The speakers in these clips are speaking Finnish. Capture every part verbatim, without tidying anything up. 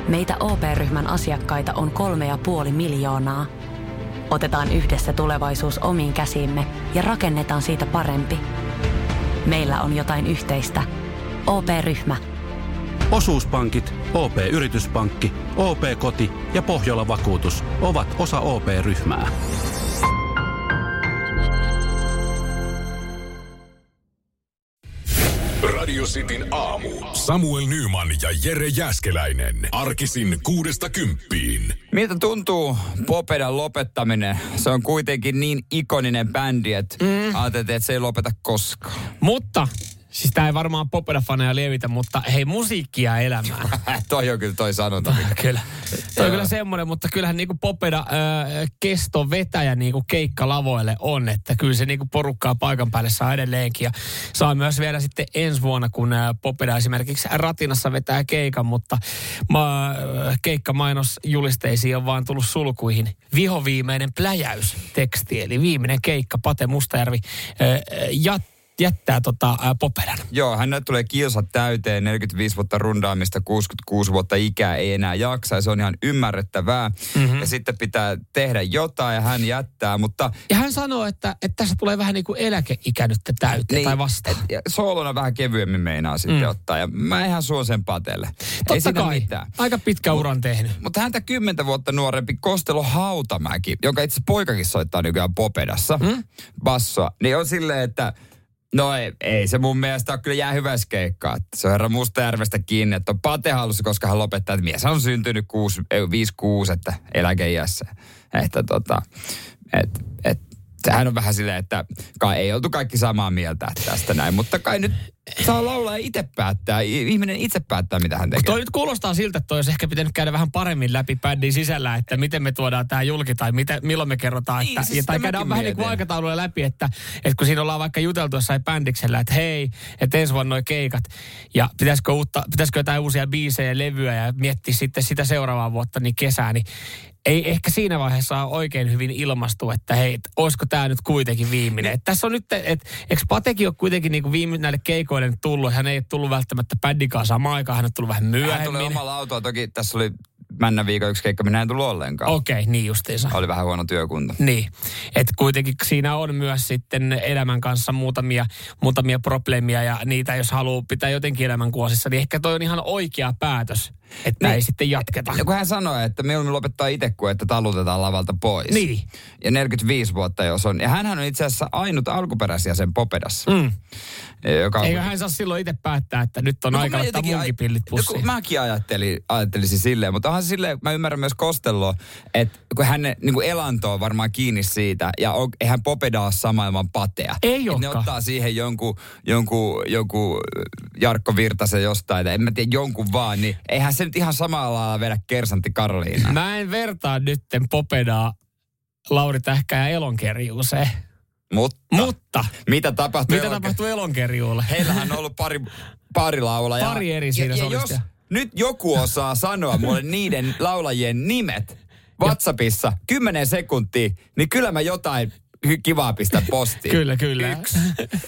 Meitä O P-ryhmän asiakkaita on kolme ja puoli miljoonaa. Otetaan yhdessä tulevaisuus omiin käsiimme ja rakennetaan siitä parempi. Meillä on jotain yhteistä. O P-ryhmä. Osuuspankit, O P-yrityspankki, O P-koti ja Pohjola-vakuutus ovat osa O P-ryhmää. Radio Cityn aamu. Samuel Nyman ja Jere Jääskeläinen. Arkisin kuudesta kymppiin. Miltä tuntuu Popedan lopettaminen? Se on kuitenkin niin ikoninen bändi, että mm. ajateltiin, että se ei lopeta koskaan. Mutta, siis tää ei varmaan Popeda-faneja lievitä, mutta hei, musiikkia elämään. Toi on kyllä toi sanonta. Kyllä. Toi on kyllä semmoinen, mutta kyllähän niinku Popeda äh, kestovetäjä niinku keikkalavoille on, että kyllä se niinku porukkaa paikan päälle saa edelleenkin. Ja saa myös vielä sitten ensi vuonna, kun äh, Popeda esimerkiksi Ratinassa vetää keikan, mutta ma, äh, keikkamainosjulisteisiin on vaan tullut sulkuihin vihoviimeinen pläjäys teksti, eli viimeinen keikka Pate Mustajärvi äh, jat jättää tota ää, Popedan. Joo, hänelle tulee kilsa täyteen, neljäkymmentäviisi vuotta rundaamista, kuusikymmentäkuusi vuotta ikää ei enää jaksa ja se on ihan ymmärrettävää. Mm-hmm. Ja sitten pitää tehdä jotain ja hän jättää, mutta... Ja hän sanoo, että, että tässä tulee vähän niin kuin eläkeikä nyt täyteen niin, tai vastaan. Et, soolona vähän kevyemmin meinaa sitten mm. ottaa ja mä ihan suon sen Patelle. Totta kai, mitään. Aika pitkä Mut, uran tehnyt. Mutta häntä kymmentä vuotta nuorempi Kostelo Hautamäki, joka itse poikakin soittaa nykyään Popedassa, mm? bassoa, niin on silleen, että no ei, ei se mun mielestä ole kyllä jää hyvässä keikkaa. Se on herra Mustajärvestä kiinni, että on Pate halussa, koska hän lopettaa, että mies on syntynyt viisi kuusi, että eläkeiässä. Että tota, että et, sehän on vähän silleen, että kai ei oltu kaikki samaa mieltä tästä näin, mutta kai nyt saa laulaa ja itse päättää. Ihminen itse päättää, mitä hän tekee. Toi nyt kuulostaa siltä, että toi olisi ehkä pitänyt käydä vähän paremmin läpi bändin sisällä, että miten me tuodaan tämä julki tai mitä, milloin me kerrotaan. Niin, että, siis tai käydään vähän niin kuin aikatauluja läpi, että, että kun siinä ollaan vaikka juteltu jossain bändiksellä, että hei, että ensi vuonna noi keikat ja pitäisikö, uutta, pitäisikö jotain uusia biisejä, levyä ja miettiä sitten sitä seuraavaa vuotta, niin kesää, niin ei ehkä siinä vaiheessa ole oikein hyvin ilmastu, että hei, olisiko tämä nyt kuitenkin viimeinen. Että tässä on nyt, että eikö Patekin ole kuitenkin niin kuin viime näille keikoille tullut, hän ei tullut välttämättä bändikaan samaan aikaan, hän on tullut vähän myöhemmin. Hän tuli omalla autolla, toki tässä oli männä viikon yksi keikka, minä en tullut ollenkaan. Okei, okay, niin justiinsa. Oli vähän huono työkunta. Niin, että kuitenkin siinä on myös sitten elämän kanssa muutamia, muutamia probleemia ja niitä jos haluaa pitää jotenkin elämän kuosissa, niin ehkä toi on ihan oikea päätös, että niin, ei sitten jatketa. Ja kun hän sanoi, että mieluummin lopettaa itse kuin että talutetaan lavalta pois. Niin. Ja neljäkymmentäviisi vuotta jos on. Ja hänhän on itse asiassa ainut alkuperäisiä sen Popedassa. Mm. Joka Eikö hän saa silloin itse päättää, että nyt on no, aika laittaa munkin pillit pussiin? No, mäkin ajattelin, ajattelisin silleen, mutta onhan silleen, mä ymmärrän myös Kosteloa, että kun hän niin kuin elanto on varmaan kiinni siitä, ja on, eihän Popeda ole sama ilman Patea. Ei olekaan. Ne ottaa siihen jonkun, jonkun, jonkun Jarkko Virtasen jostain, en mä tiedä, jonkun vaan, niin eihän se nyt ihan samalla lailla vedä Kersantti Karoliina. Mä en vertaa nytten Popedaa Lauri Tähkä ja Elonkerjuuseen. Mutta, Mutta mitä tapahtui, mitä tapahtui Elonkerjuulle? Heillähän on ollut pari, pari laulajaa. Pari eri siinä ja, ja jos nyt joku osaa sanoa mulle niiden laulajien nimet WhatsAppissa kymmenen sekuntia, niin kyllä mä jotain kivaa pistää postiin. Kyllä, kyllä. Yksi,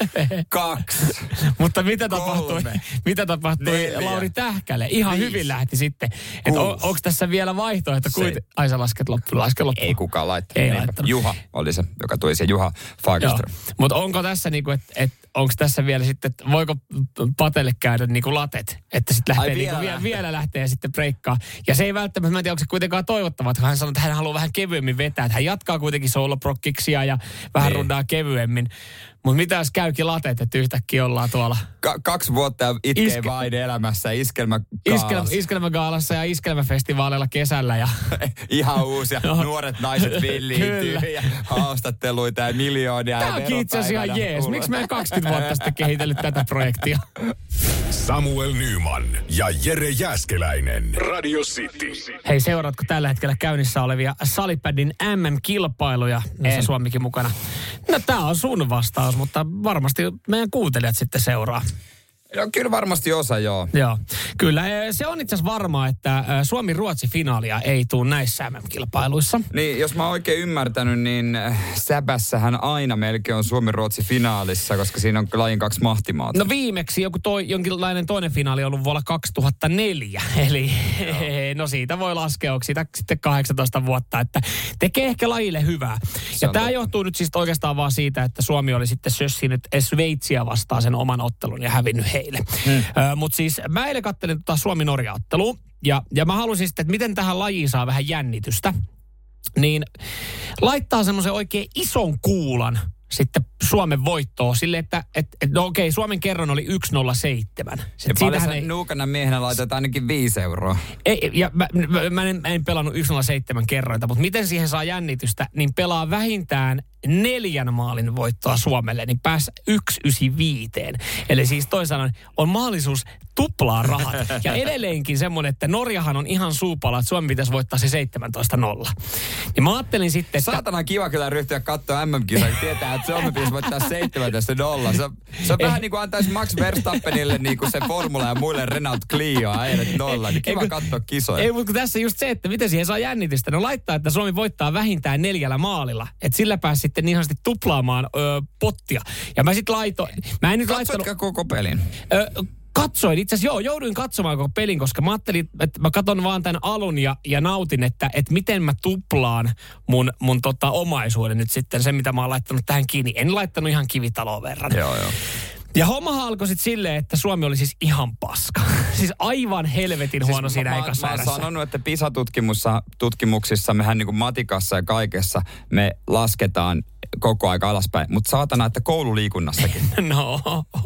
kaksi, Mutta mitä tapahtui, mitä tapahtui neljä, Lauri Tähkälle? Ihan viisi, hyvin lähti sitten. Että on, onko tässä vielä vaihtoehto? Kuit... Ai sä lasket loppuun, laske loppuun. Ei kukaan laittanut. Ei laittanut. Juha oli se, joka tuli siihen, Juha Fagerström. Mutta onko tässä niinku, että et, onko tässä vielä sitten, että voiko Patelle käydä niinku latet? Että sitten lähtee Ai, niinku, vielä, vielä, vielä lähtee sitten breikkaa. Ja se ei välttämättä, mä en tiedä, onko se kuitenkaan toivottavaa, että hän sanoo, että hän haluaa vähän kevyemmin vetää. Että hän jatkaa kuitenkin soloprokkiksia ja vähän niin rundaa kevyemmin. Mutta mitä jos käykin latet, että yhtäkkiä ollaan tuolla... Ka- kaksi vuotta itkee Iske- vain elämässä iskelmägaalassa. Iskel- iskelmägaalassa ja iskelmäfestivaaleilla kesällä. Ja... Ihan uusia. No. Nuoret naiset villiintyy ja haastatteluita ja miljoonia. Tämä onkin itse asiassa ihan jees. Miksi mä en kaksikymmentä vuotta sitten kehitellyt tätä projektia? Samuel Nyman ja Jere Jääskeläinen. Radio City. Hei, seuraatko tällä hetkellä käynnissä olevia Salipädin M M-kilpailuja, missä Suomikin mukana? No tää on sun vastaus, mutta varmasti meidän kuuntelijat sitten seuraa. No, kyllä varmasti osa, joo. Joo. Kyllä, se on itse asiassa varmaa, että Suomi-Ruotsi-finaalia ei tule näissä M M-kilpailuissa. Niin, jos mä oon oikein ymmärtänyt, niin säbässähän aina melkein on Suomi-Ruotsi-finaalissa, koska siinä on lajin kaksi mahtimaata. No viimeksi joku toi, jonkinlainen toinen finaali on ollut vuonna kaksituhattaneljä, eli no siitä voi laskea, onko siitä sitten kahdeksantoista vuotta, että tekee ehkä lajille hyvää. Se ja tämä johtuu nyt siis oikeastaan vaan siitä, että Suomi oli sitten sössinyt Sveitsiä vastaan sen oman ottelun ja hävinnyt heille. Hmm. Mutta siis mä eilen katselin tota Suomi-Norja-ottelua ja, ja mä halusin sitten, että miten tähän lajiin saa vähän jännitystä, niin laittaa semmoisen oikein ison kuulan sitten Suomen voittoon silleen, että et, et, no okei, Suomen kerron oli yksi nolla seitsemän. Ja paljon sä ei... nuukana miehenä laitat ainakin viisi euroa. Ei, ja mä, mä, mä, en, mä en pelannut yksi nolla seitsemän kerrointa, mutta miten siihen saa jännitystä, niin pelaa vähintään neljän maalin voittoa Suomelle, niin pääsi yksi yhdeksänkymmentäviisi. Eli siis toisaalta on mahdollisuus tuplaa rahat. Ja edelleenkin semmoinen, että Norjahan on ihan suupala, että Suomi pitäisi voittaa se seitsemäntoista nolla. Niin mä ajattelin sitten, että... Saatana kiva kyllä ryhtyä katsoa M M-kisaa, kun tietää, että Suomi pitäisi voittaa seitsemäntoista nolla. Se, se on vähän niin kuin antaisi Max Verstappenille niin kuin se formula ja muille Renault Clio äijät nolla. Niin kiva katsoa kisoja. Ei, mutta tässä just se, että miten siihen saa jännitystä. No laittaa, että Suomi voittaa vähintään neljällä maalilla. Että sillä pääsi sitten niin sanotusti tuplaamaan ö, pottia. Ja mä sitten laitoin... Mä en nyt Katsoitko laittanut, koko pelin? Ö, Katsoin. Itse asiassa joo, jouduin katsomaan koko pelin, koska mä ajattelin, että mä katson vaan tämän alun ja, ja nautin, että, että miten mä tuplaan mun, mun tota omaisuuden nyt sitten, se mitä mä oon laittanut tähän kiinni. En laittanut ihan kivitaloon verran. Joo, joo. Ja hommahan alkoi sitten silleen, että Suomi oli siis ihan paska. Siis aivan helvetin siis huono siinä ekassa erässä. Mä oon sanonut, että PISA-tutkimuksissa mehän niin kuin matikassa ja kaikessa me lasketaan koko aika alaspäin. Mutta saatana, että koululiikunnassakin. No...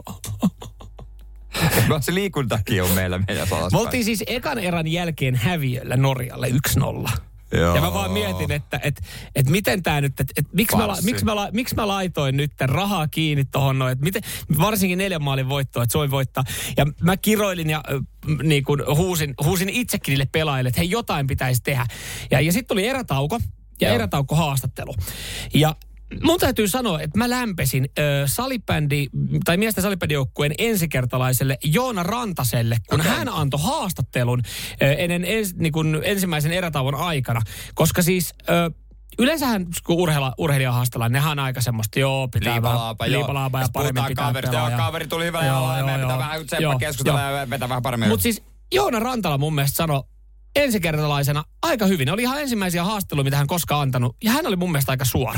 Se liikuntakin on meillä meidän alaspäin. Me oltiin siis ekan erän jälkeen häviöllä Norjalle yksi nolla. Joo. Ja mä vaan mietin, että et, et miten tää nyt, että et, miksi, mä, miksi, mä, miksi mä laitoin nyt rahaa kiinni tohon noin, että miten, varsinkin neljän maalin voittoa, että Suomi voittaa. Ja mä kiroilin ja äh, niin kuin huusin, huusin itsekin niille pelaajille, että hei, jotain pitäisi tehdä. Ja, ja sitten tuli erätauko ja Joo. erätauko haastattelu. Ja mun täytyy sanoa, että mä lämpesin äh, salibändi, tai miesten salibändijoukkueen ensikertalaiselle Joona Rantaselle, kun okay. hän antoi haastattelun äh, ennen ens, niin kun ensimmäisen erätauon aikana. Koska siis äh, yleensähän, kun urheila, urheilija haastellaan, nehän on aika semmoista, joo, pitää liipalaapa, vähän liipalaapa ja paremmin pitää kaverista, pelaa. Joo, kaveri tuli hyvällä jalalla ja meidän pitää vähän tsempaa keskustella ja vetää vähän paremmin. Mutta siis Joona Rantala mun mielestä sanoi ensikertalaisena aika hyvin. Ne oli ihan ensimmäisiä haastatteluja, mitä hän koskaan antanut. Ja hän oli mun mielestä aika suora.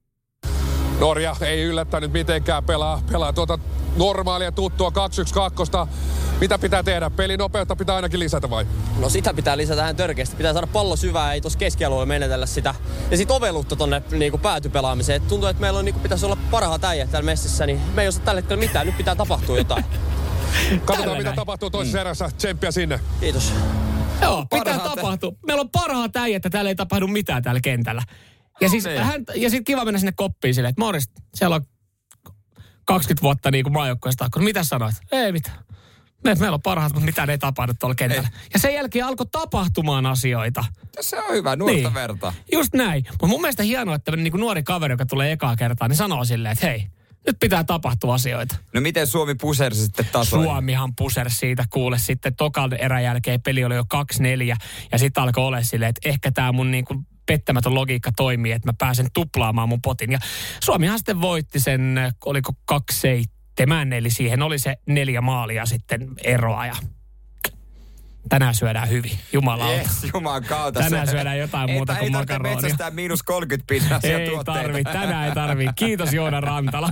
Norja ei yllättänyt mitenkään, pelaa, pelaa tuota normaalia tuttua kaksi yksi kaksi. Mitä pitää tehdä? Pelinopeutta pitää ainakin lisätä vai? No sitä pitää lisätä ihan törkeästi. Pitää saada pallo syvää, ei tuossa keskialueella menetellä sitä. Ja sit oveluutta tonne niinku päätypelaamiseen. Et tuntuu, että meillä on, niinku, pitäisi olla parhaat äijät täällä messissä, niin me ei osaa tällä hetkellä mitään. Nyt pitää tapahtua jotain. Katsotaan mitä näin tapahtuu toisessa mm. erässä. Tsemppiä sinne. Kiitos. Joo, pitää tapahtua. Meillä on parhaat äijät, että täällä ei tapahdu mitään täällä kentällä. Ja siis hän, ja sit kiva mennä sinne koppiin silleen, että Morris, siellä on kaksikymmentä vuotta niin kuin maajoukkueesta takko. Mitä sanoit? Ei mitään. Me, meillä on parhaat, mutta mitään ei tapahdu tuolla kentällä. Ei. Ja sen jälkeen alkoi tapahtumaan asioita. Se on hyvä, nuorta niin. verta. Just näin. Mutta mun mielestä hienoa, että niin kuin nuori kaveri, joka tulee ekaa kertaa, niin sanoo silleen, että hei, nyt pitää tapahtua asioita. No miten Suomi pusersi sitten tasoin? Suomihan pusersi siitä, kuule sitten tokan erän jälkeen peli oli jo kaksi neljä. Ja sitten alkoi olla silleen, että ehkä tämä mun niin kuin pettämätön logiikka toimii, että mä pääsen tuplaamaan mun potin. Ja Suomihan sitten voitti sen, oliko kaksi seitsemän, eli siihen oli se neljä maalia sitten eroa. Ja tänään syödään hyvin, jumalauta. Yes, juman kautta. Tänään se, syödään jotain muuta kuin makaronia. Ei tarvitse metsästää miinus kolmekymmentä pinnaisia tuotteita. Ei tarvi, tänään ei tarvi. Kiitos Joona Rantala.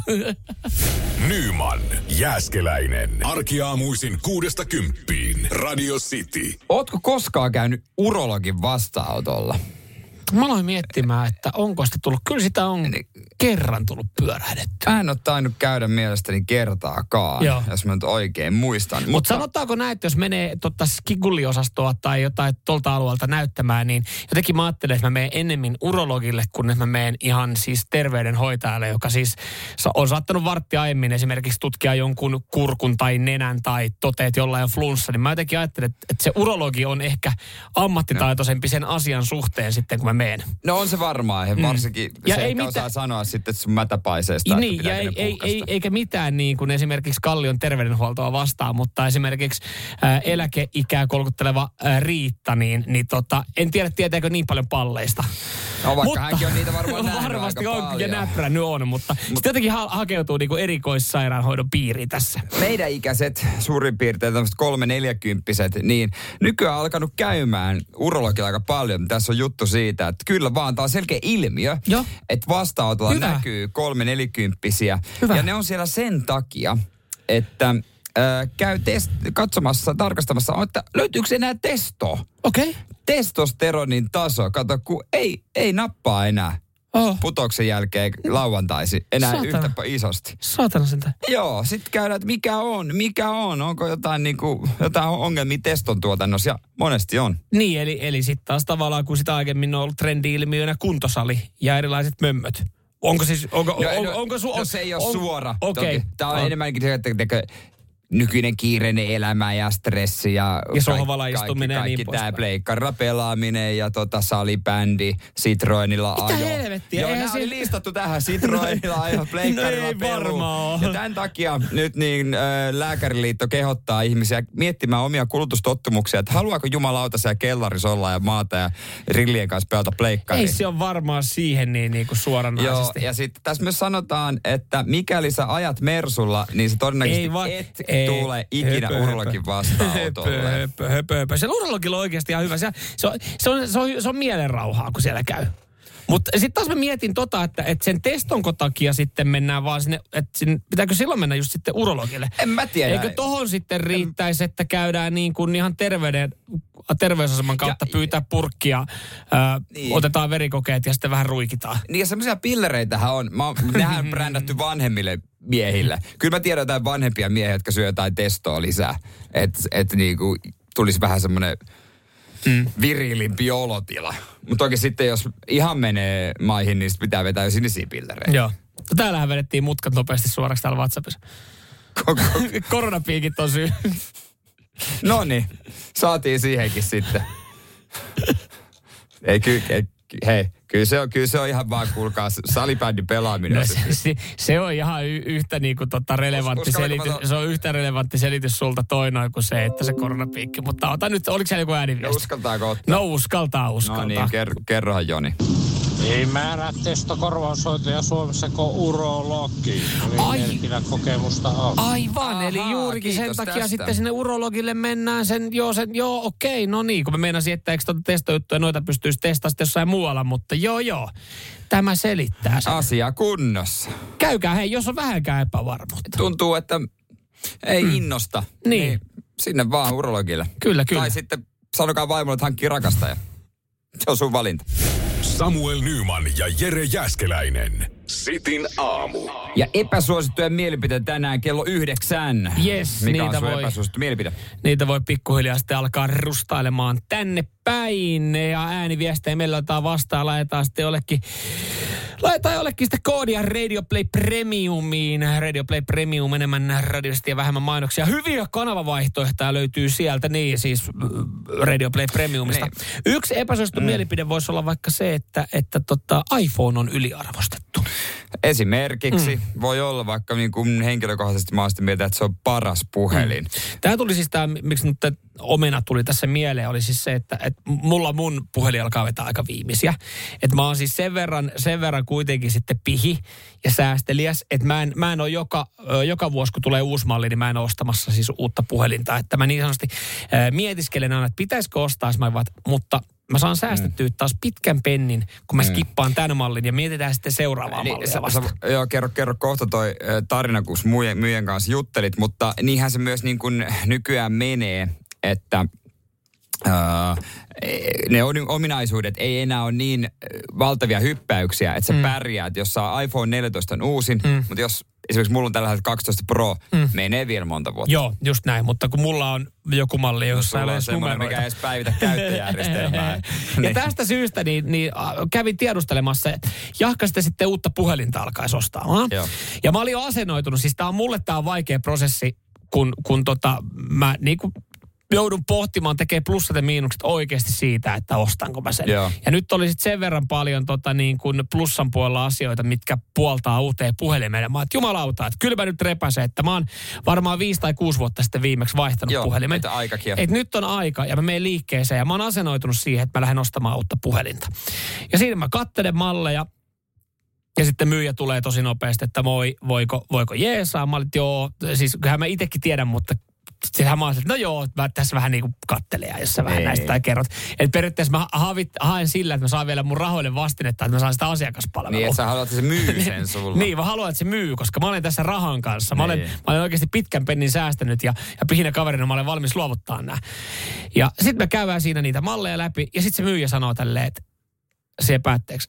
Nyman, Jääskeläinen. Arkiaamuisin kuudesta kymppiin. Radio City. Ootko koskaan käynyt urologin vastaanotolla? Mä aloin miettimään, että onko sitä tullut. Kyllä sitä on kerran tullut pyörähdettyä. Mä en ole tainnut käydä mielestäni kertaakaan, Joo. jos mä nyt oikein muistan. Mut Mutta sanotaanko näin, että jos menee totta skiguliosastoa tai jotain tuolta alueelta näyttämään, niin jotenkin mä ajattelen, että mä menen ennemmin urologille, kun että mä menen ihan siis terveydenhoitajalle, joka siis on saattanut varttia aiemmin esimerkiksi tutkia jonkun kurkun tai nenän tai toteet jollain on flunssa. Niin mä jotenkin ajattelen, että se urologi on ehkä ammattitaitoisempi sen asian suhteen sitten, kun mä meen. No on se varmaan, mm. varsinkin ja se ei mitä... osaa sanoa sitten sun mätäpaiseesta. Niin, ja ei, ei, ei, eikä mitään niin kuin esimerkiksi Kallion terveydenhuoltoa vastaan, mutta esimerkiksi ää, eläkeikää kolkutteleva ää, Riitta, niin, niin tota, en tiedä tietääkö niin paljon palleista. No vaikka mutta, hänkin on niitä varmaan nähnyt varmasti aika on paljon. Ja näprännyt on, mutta Mut, sitten jotenkin ha- hakeutuu niin kuin erikoissairaanhoidon piiriin tässä. Meidän ikäiset suurin piirtein tämmöiset kolme neljäkymppiset, niin nykyään on alkanut käymään urologilla aika paljon. Tässä on juttu siitä, että kyllä vaan tämä on selkeä ilmiö, Joo. että vastaanotolla Hyvä. näkyy kolme nelikymppisiä. Hyvä. Ja ne on siellä sen takia, että äh, käy test- katsomassa, tarkastamassa, että löytyykö enää testoa. Okei. Okay. Testosteronin taso, kato, kun ei, ei nappaa enää. Oh. Putoksen jälkeen lauantaisi enää Saatana. yhtä isosti. Saatana sentään. Joo, sitten käydään, että mikä on, mikä on, onko jotain, niinku, jotain ongelmia teston tuotannossa, ja monesti on. Niin, eli, eli sitten taas tavallaan, kun sitä aiemmin on ollut trendi-ilmiönä kuntosali ja erilaiset mömmöt. Onko siis, onko, no, on, no, onko su, no se ei ole on, suora. Okei. Okay. Tämä on on. enemmänkin se, että, että nykyinen kiireinen elämä ja stressi ja, ja sohvalla istuminen kaikki, ja niin kaikki tämä poispäin. pleikkarilla pelaaminen ja tota salibändi, Citroenilla ajo. Mitä helvettiä? Joo, nämä se... oli listattu tähän Citroenilla ajo, pleikkarilla no peluu. Ja tämän takia nyt niin äh, Lääkäriliitto kehottaa ihmisiä miettimään omia kulutustottumuksia, että haluaako jumalauta siellä kellarissa olla ja maata ja rillien kanssa pelata pleikkaria. Ei se on varmaan siihen niin, niin kuin suoranaisesti. Joo, ja sitten tässä myös sanotaan, että mikäli sä ajat Mersulla, niin se todennäköisesti va- et ei, tule ikinä höpö, urologin vastaanotolle. Höpö, höpö, höpö. Se urologilla on oikeasti ihan hyvä. Se, se, on, se, on, se, on, se on mielenrauhaa, kun siellä käy. Mutta sitten taas mä mietin tota, että, että sen testonko takia sitten mennään vaan sinne, että sinne, pitääkö silloin mennä just sitten urologille? En mä tiedä. Eikö tohon sitten riittäisi, että käydään niin kuin ihan terveyden, terveysaseman kautta ja, pyytää purkkia, ää, niin. otetaan verikokeet ja sitten vähän ruikitaan. Niin ja semmoisia pillereitähän on, mä, nehän on brändätty vanhemmille miehille. Kyllä mä tiedän jotain vanhempia miehiä, jotka syö jotain testoa lisää. Että et niinku tulisi vähän semmoinen mm. virilimpi olotila. Mutta toki sitten jos ihan menee maihin, niin pitää vetää jo sinisiä pillereitä. Joo. No täällähän vedettiin mutkat nopeasti suoraksi täällä WhatsAppissa. Koronapiikit on syy. No niin, saatiin siihenkin sitten. Ei kyllä, hei, kyllä se on, kyllä se on ihan vaan, kuulkaa, salibändin pelaaminen. No, se, se, se on ihan y, yhtä niinku tota relevantti Us, selitys. To... Se on yhtä relevantti selitys sulta toi noin kuin se, että se koronapiikki. Mutta ota nyt, oliko siellä joku ääniviesti? No uskaltaako ottaa? No uskaltaa, uskaltaa. No niin, ker- kerrohan Joni. Ei määrää testokorvaushoitoja Suomessa kuin urologi. Merkillä kokemusta on. Aivan, Aha, eli juurikin sen takia tästä. Sitten sinne urologille mennään sen, joo, sen, joo, okei, no niin, kun mä meinasin, että eikö tuota testojuttuja noita pystyisi testaamaan jossain muualla, mutta joo, joo, tämä selittää sen. Asia kunnossa. Käykää, hei, jos on vähänkään epävarmuutta. Tuntuu, että ei mm. innosta. Niin. niin. Sinne vaan urologille. Kyllä, kyllä. Tai sitten sanokaa vaimolle, että hankkii rakastaja. Se on sun valinta. Samuel Nyman ja Jere Jääskeläinen. Sitin aamu. Ja epäsuosittujen mielipiteitä tänään kello yhdeksän. Yes, Mikä niitä on sun voi, epäsuosittu mielipide? Niitä voi pikkuhiljaa sitten alkaa rustailemaan tänne päin. Ja ääniviestejä meillä otetaan vastaan. Laitetaan sitten jollekin, laitetaan jollekin sitten koodia Radio Play Premiumiin. Radio Play Premium, enemmän radiosta ja vähemmän mainoksia. Hyviä kanavavaihtoehtoja löytyy sieltä, niin siis Radio Play Premiumista. Niin. Yksi epäsuosittu mm. mielipide voisi olla vaikka se, että, että tota iPhone on yliarvostettu. Esimerkiksi mm. voi olla vaikka niin kuin henkilökohtaisesti mä oon sitä mieltä, että se on paras puhelin. Mm. Tämä tuli siis tämä, miksi nyt omena tuli tässä mieleen, oli siis se, että, että mulla mun puhelin alkaa vetää aika viimeisiä. Että mä oon siis sen verran, sen verran kuitenkin sitten pihi ja säästeliäs, että mä en, mä en ole joka, joka vuosi, kun tulee uusi malli, niin mä en ole ostamassa siis uutta puhelinta. Että mä niin sanotusti äh, mietiskelen aina, että pitäisikö ostaa, mä vaat, mutta mä saan säästettyä taas pitkän pennin, kun mä mm. skippaan tämän mallin ja mietitään sitten seuraavaa niin, mallia vasta. Sä, joo, kerro, kerro kohta toi tarina, kun myyjän, myyjän kanssa juttelit, mutta niinhän se myös niin kuin nykyään menee, että Uh, ne ominaisuudet ei enää ole niin valtavia hyppäyksiä, että sä mm. pärjäät, jos saa iPhone neljätoista on uusin, mm. mutta jos esimerkiksi mulla on tällä hetkellä kaksitoista Pro, mm. menee vielä monta vuotta. Joo, just näin, mutta kun mulla on joku malli, jossa ei ole edes numeroita. Mikä ei edes päivitä käyttöjärjestelmää. Ja niin. Tästä syystä niin, niin kävin tiedustelemassa, että jahka sitä sitten uutta puhelinta alkaisi ostaa. Ja mä olin jo asennoitunut, siis tää on mulle tää on vaikea prosessi, kun, kun tota, mä niin kuin joudun pohtimaan, tekee plussat ja miinukset oikeasti siitä, että ostanko mä sen. Joo. Ja nyt oli sitten sen verran paljon tota, niin kuin plussan puolella asioita, mitkä puoltaa uuteen puhelimeen. Mä oon, että jumalauta, että kyllä mä nyt repäsen, että mä oon varmaan viisi tai kuusi vuotta sitten viimeksi vaihtanut Joo, puhelimen. että aikakin. Et nyt on aika ja mä menen liikkeeseen ja mä oon asennoitunut siihen, että mä lähden ostamaan uutta puhelinta. Ja siinä mä kattelen malleja. Ja sitten myyjä tulee tosi nopeasti, että moi, voiko, voiko jeesaa? Mä olin, että joo, siis kyllähän mä itsekin tiedän, mutta sitten mä olin, että no joo, mä tässä vähän niin kuin kattelen, jos sä vähän Ei. näistä tai kerrot. Että periaatteessa mä haavit, haen sillä, että mä saan vielä mun rahoille vastinetta, että mä saan sitä asiakaspalvelua. Niin, että sä haluat, että se myy sen sulla. Niin, mä haluan, että se myy, koska mä olen tässä rahan kanssa. Mä olen, Niin. mä olen oikeasti pitkän pennin säästänyt ja, ja pihinä kaverina mä olen valmis luovuttaa nämä. Ja sitten me käydään siinä niitä malleja läpi ja sitten se myyjä sanoo tälleen, että siihen päätteeksi,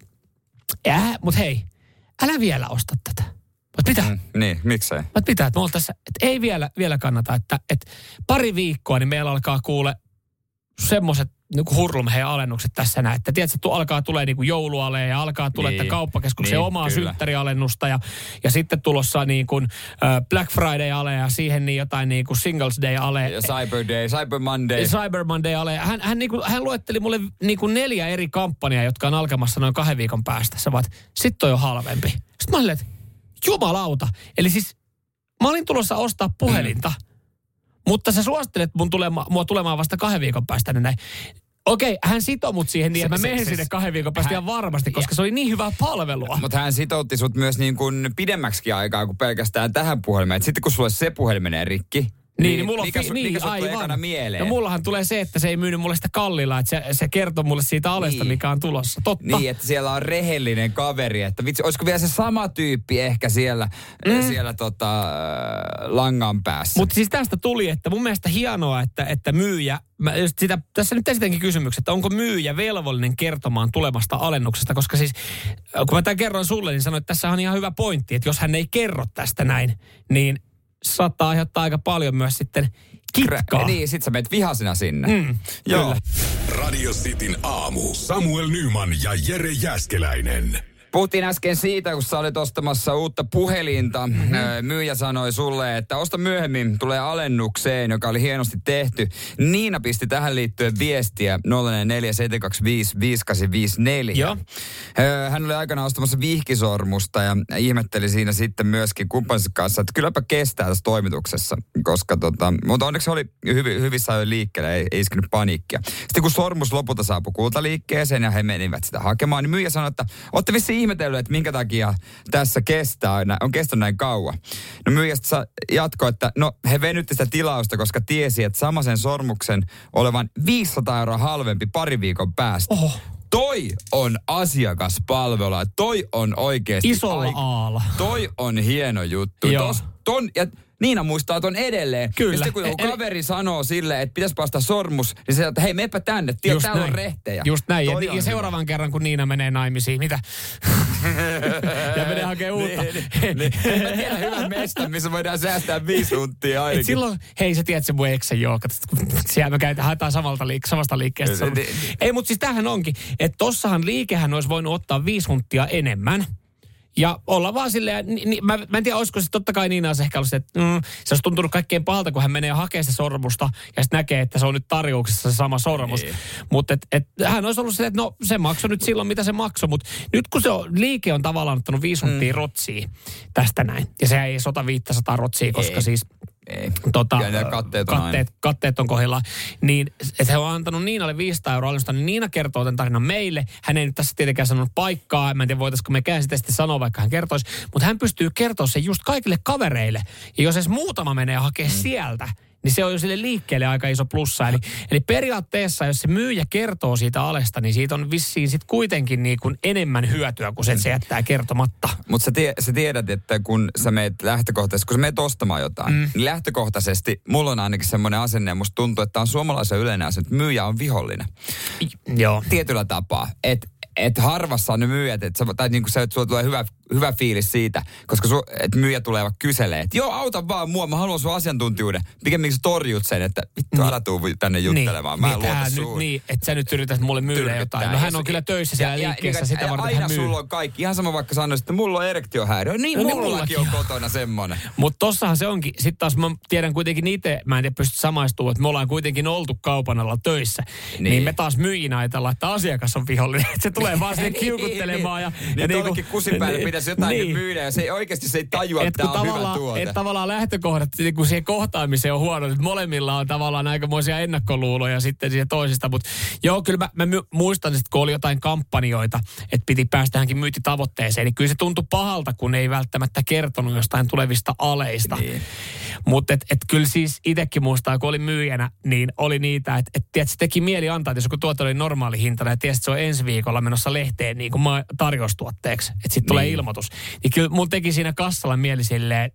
äh, mut hei, älä vielä osta tätä. Mutta mitä? Mm, niin, miksei? Mutta mitä, että me ollaan tässä, että ei vielä, vielä kannata, että, että pari viikkoa, niin meillä alkaa kuule semmoiset niin hurlumheen alennukset tässä näin. Että tiedätkö, tu, alkaa tulee niin kuin jouluale ja alkaa tulee niin, niin, kauppakeskuksen niin, omaa kyllä. synttärialennusta ja, ja sitten tulossa niin kuin äh, Black Friday-ale ja siihen niin jotain niin kuin Singles Day-ale. Ja Cyber Day, Cyber Monday. Cyber Monday-ale. Hän, hän, niin kuin, hän luetteli mulle niin kuin neljä eri kampanjaa, jotka on alkamassa noin kahden viikon päästä. Sä vaat, sit on jo halvempi. Sitten mä olin, että jumalauta. Eli siis mä olin tulossa ostaa puhelinta, mm. mutta sä suosittelet mun tulema, mua tulemaan vasta kahden viikon päästä. Niin näin. Okei, hän sitoi mut siihen niin, että mä menen sinne kahden viikon päästä ihan varmasti, koska se oli niin hyvää palvelua. Mutta hän sitoutti sut myös niin kuin pidemmäksikin aikaa kuin pelkästään tähän puhelimeen. Et sitten kun sulle se puhelin menee rikki, Niin, niin, mulla on mikä, fi- su, niin, mikä sulle tulee ekana mieleen? No mullahan tulee se, että se ei myynyt mulle sitä kallilla, että se, se kertoo mulle siitä alesta, niin. mikä on tulossa. Totta. Niin, että siellä on rehellinen kaveri, että vitsi, olisiko vielä se sama tyyppi ehkä siellä, mm. siellä tota, äh, langan päässä. Mutta siis tästä tuli, että mun mielestä hienoa, että, että myyjä, mä just sitä, tässä nyt esitänkin kysymyksen, että onko myyjä velvollinen kertomaan tulemasta alennuksesta, koska siis kun mä tämän kerroin sulle, niin sanoin, että tässä on ihan hyvä pointti, että jos hän ei kerro tästä näin, niin saattaa aiheuttaa aika paljon myös sitten kitkaa. Niin, sit sä menet vihasena sinne. Mm, Joo. kyllä. Radio Cityn aamu. Samuel Nyman ja Jere Jääskeläinen. Puhuttiin äsken siitä, kun sä olet ostamassa uutta puhelinta. Mm-hmm. Myyjä sanoi sulle, että osta myöhemmin, tulee alennukseen, joka oli hienosti tehty. Niina pisti tähän liittyen viestiä nolla neljä seitsemän kaksi viisi viisi kahdeksan viisi neljä. Joo. Hän oli aikana ostamassa vihkisormusta ja ihmetteli siinä sitten myöskin kumppansa kanssa, että kylläpä kestää tässä toimituksessa. Koska tota, mutta onneksi oli hyvi, hyvissä ajoin liikkeellä, ei, ei iskenyt paniikkia. Sitten kun sormus lopulta saapui kultaliikkeeseen ja he menivät sitä hakemaan, niin myyjä sanoi, että olette vissiin ihmetellyt, että minkä takia tässä kestää, on kestänyt näin kauan. No myyjästä jatkoi, että no he venytti sitä tilausta, koska tiesi, että samaisen sormuksen olevan viisisataa euroa halvempi pari viikon päästä. Oho. Toi on asiakaspalvelua. Toi on oikeasti... Isolla ai- aalla. Toi on hieno juttu. Joo. Tos, ton, ja Niina muistaa ton edelleen. Kyllä. Ja sitten kun joku Eli- kaveri sanoo silleen, että pitäisi päästä sormus, niin se sanoo, että hei, meepä tänne. Tiedä, täällä on rehtejä. Just näin. Ja, Toi ja on seuraavan hyvä. kerran, kun Niina menee naimisiin, mitä? ja menee hakemaan uutta. Niin, niin. Mä tiedän hyvän mestan, missä voidaan säästää viisi huntia ainakin. Et silloin, hei sä tiedät se mun eksen joo, katsot, kun siellä me käytetään, haetaan samalta liik- samasta liikkeestä. Niin, niin. Ei, mutta siis tämähän onkin, että tossahan liikehän olisi voinut ottaa viisi hunttia enemmän. Ja olla vaan silleen, ni, ni, mä, mä en tiedä, olisiko se totta kai Niina olisi ehkä ollut se, että mm, se olisi tuntunut kaikkein pahalta, kun hän menee hakemaan se sormusta ja sitten näkee, että se on nyt tarjouksessa se sama sormus. Niin. Mutta et, et, hän olisi ollut silleen, että no se maksoi nyt silloin, mitä se maksoi, mutta nyt kun se on, liike on tavallaan ottanut viisi hunttia mm. rotsia tästä näin, ja se ei sota viisisataa rotsia, koska Ei. siis... Ei. Tota, Ja ne katteet on katteet, katteet on kohdillaan. Niin, että he on antanut Niinalle viisisataa euroa alennusta, niin Niina kertoo tämän tarinan meille. Hän ei nyt tässä tietenkään sanonut paikkaa. Mä en tiedä, voitaisiko mekään sitä sitten sanoa, vaikka hän kertoisi. Mutta hän pystyy kertoa sen just kaikille kavereille. Ja jos edes muutama menee hakemaan mm. sieltä, niin se on jo sille liikkeelle aika iso plussa. Eli, eli periaatteessa, jos se myyjä kertoo siitä alesta, niin siitä on vissiin sitten kuitenkin niin kuin enemmän hyötyä, kuin se, että se jättää kertomatta. Mutta sä, tie, sä tiedät, että kun sä meet lähtökohtaisesti, kun sä meet ostamaan jotain, mm. niin lähtökohtaisesti mulla on ainakin semmoinen asenne, ja musta tuntuu, että on suomalaisen yleinen asenne, että myyjä on vihollinen. Joo. Tietyllä tapaa. Että et harvassa on ne myyjät, että sä, tai niin kuin sä, että sulla tulee hyvä hyvä fiilis siitä, koska su, et myyjä tulee vaikka kyselee, että joo, auta vaan mua, mä haluan sun asiantuntijuuden. Pikemminkin sä torjut sen, että vittu, älä tuu tänne juttelemaan, niin, mä en niin, luota suun. Niin, että sä nyt yrität mulle myydä jotain. No hän on kyllä töissä siellä ja, liikkeessä, ja, sitä ja, varten aina hän myy. sulla on kaikki, ihan sama vaikka sanoisit, että mulla on erektiohäiriö. Niin, no, mullakin on kotona semmoinen. Mutta tossahan se onkin. Sitten taas mä tiedän kuitenkin itse, mä en tiedä pysty samaistumaan, että me ollaan kuitenkin oltu kaupan alla töissä. Niin, niin me taas myyjinä ajatellaan, että asiakas on vihollinen. Se tulee vaan sinne kiukuttelemaan. Ja, niin, ja niin tollekin kusin päälle pitäisi jotain niin myydä ja se oikeasti se ei tajua, että tämä on hyvä tuote. Että tavallaan lähtökohdat, kun siihen kohtaamiseen on huono, että molemmilla on tavallaan aikamoisia ennakkoluuloja sitten siihen toisista. Mutta joo, kyllä mä, mä muistan, että kun oli jotain kampanjoita, että piti päästä hänkin myyntitavoitteeseen, niin kyllä se tuntui pahalta, kun ei välttämättä kertonut jostain tulevista aleista. Niin. Mutta et, et kyllä siis itsekin muistaa, kun olin myyjänä, niin oli niitä, että et, tiedät, se teki mieli antaa, että jos joku tuote oli normaali hinta, ja tiedät, että se on ensi viikolla menossa lehteen niin kuin tarjoustuotteeksi, että sitten tulee niin ilmoitus. Niin kyllä mulla teki siinä kassalla mieli silleen,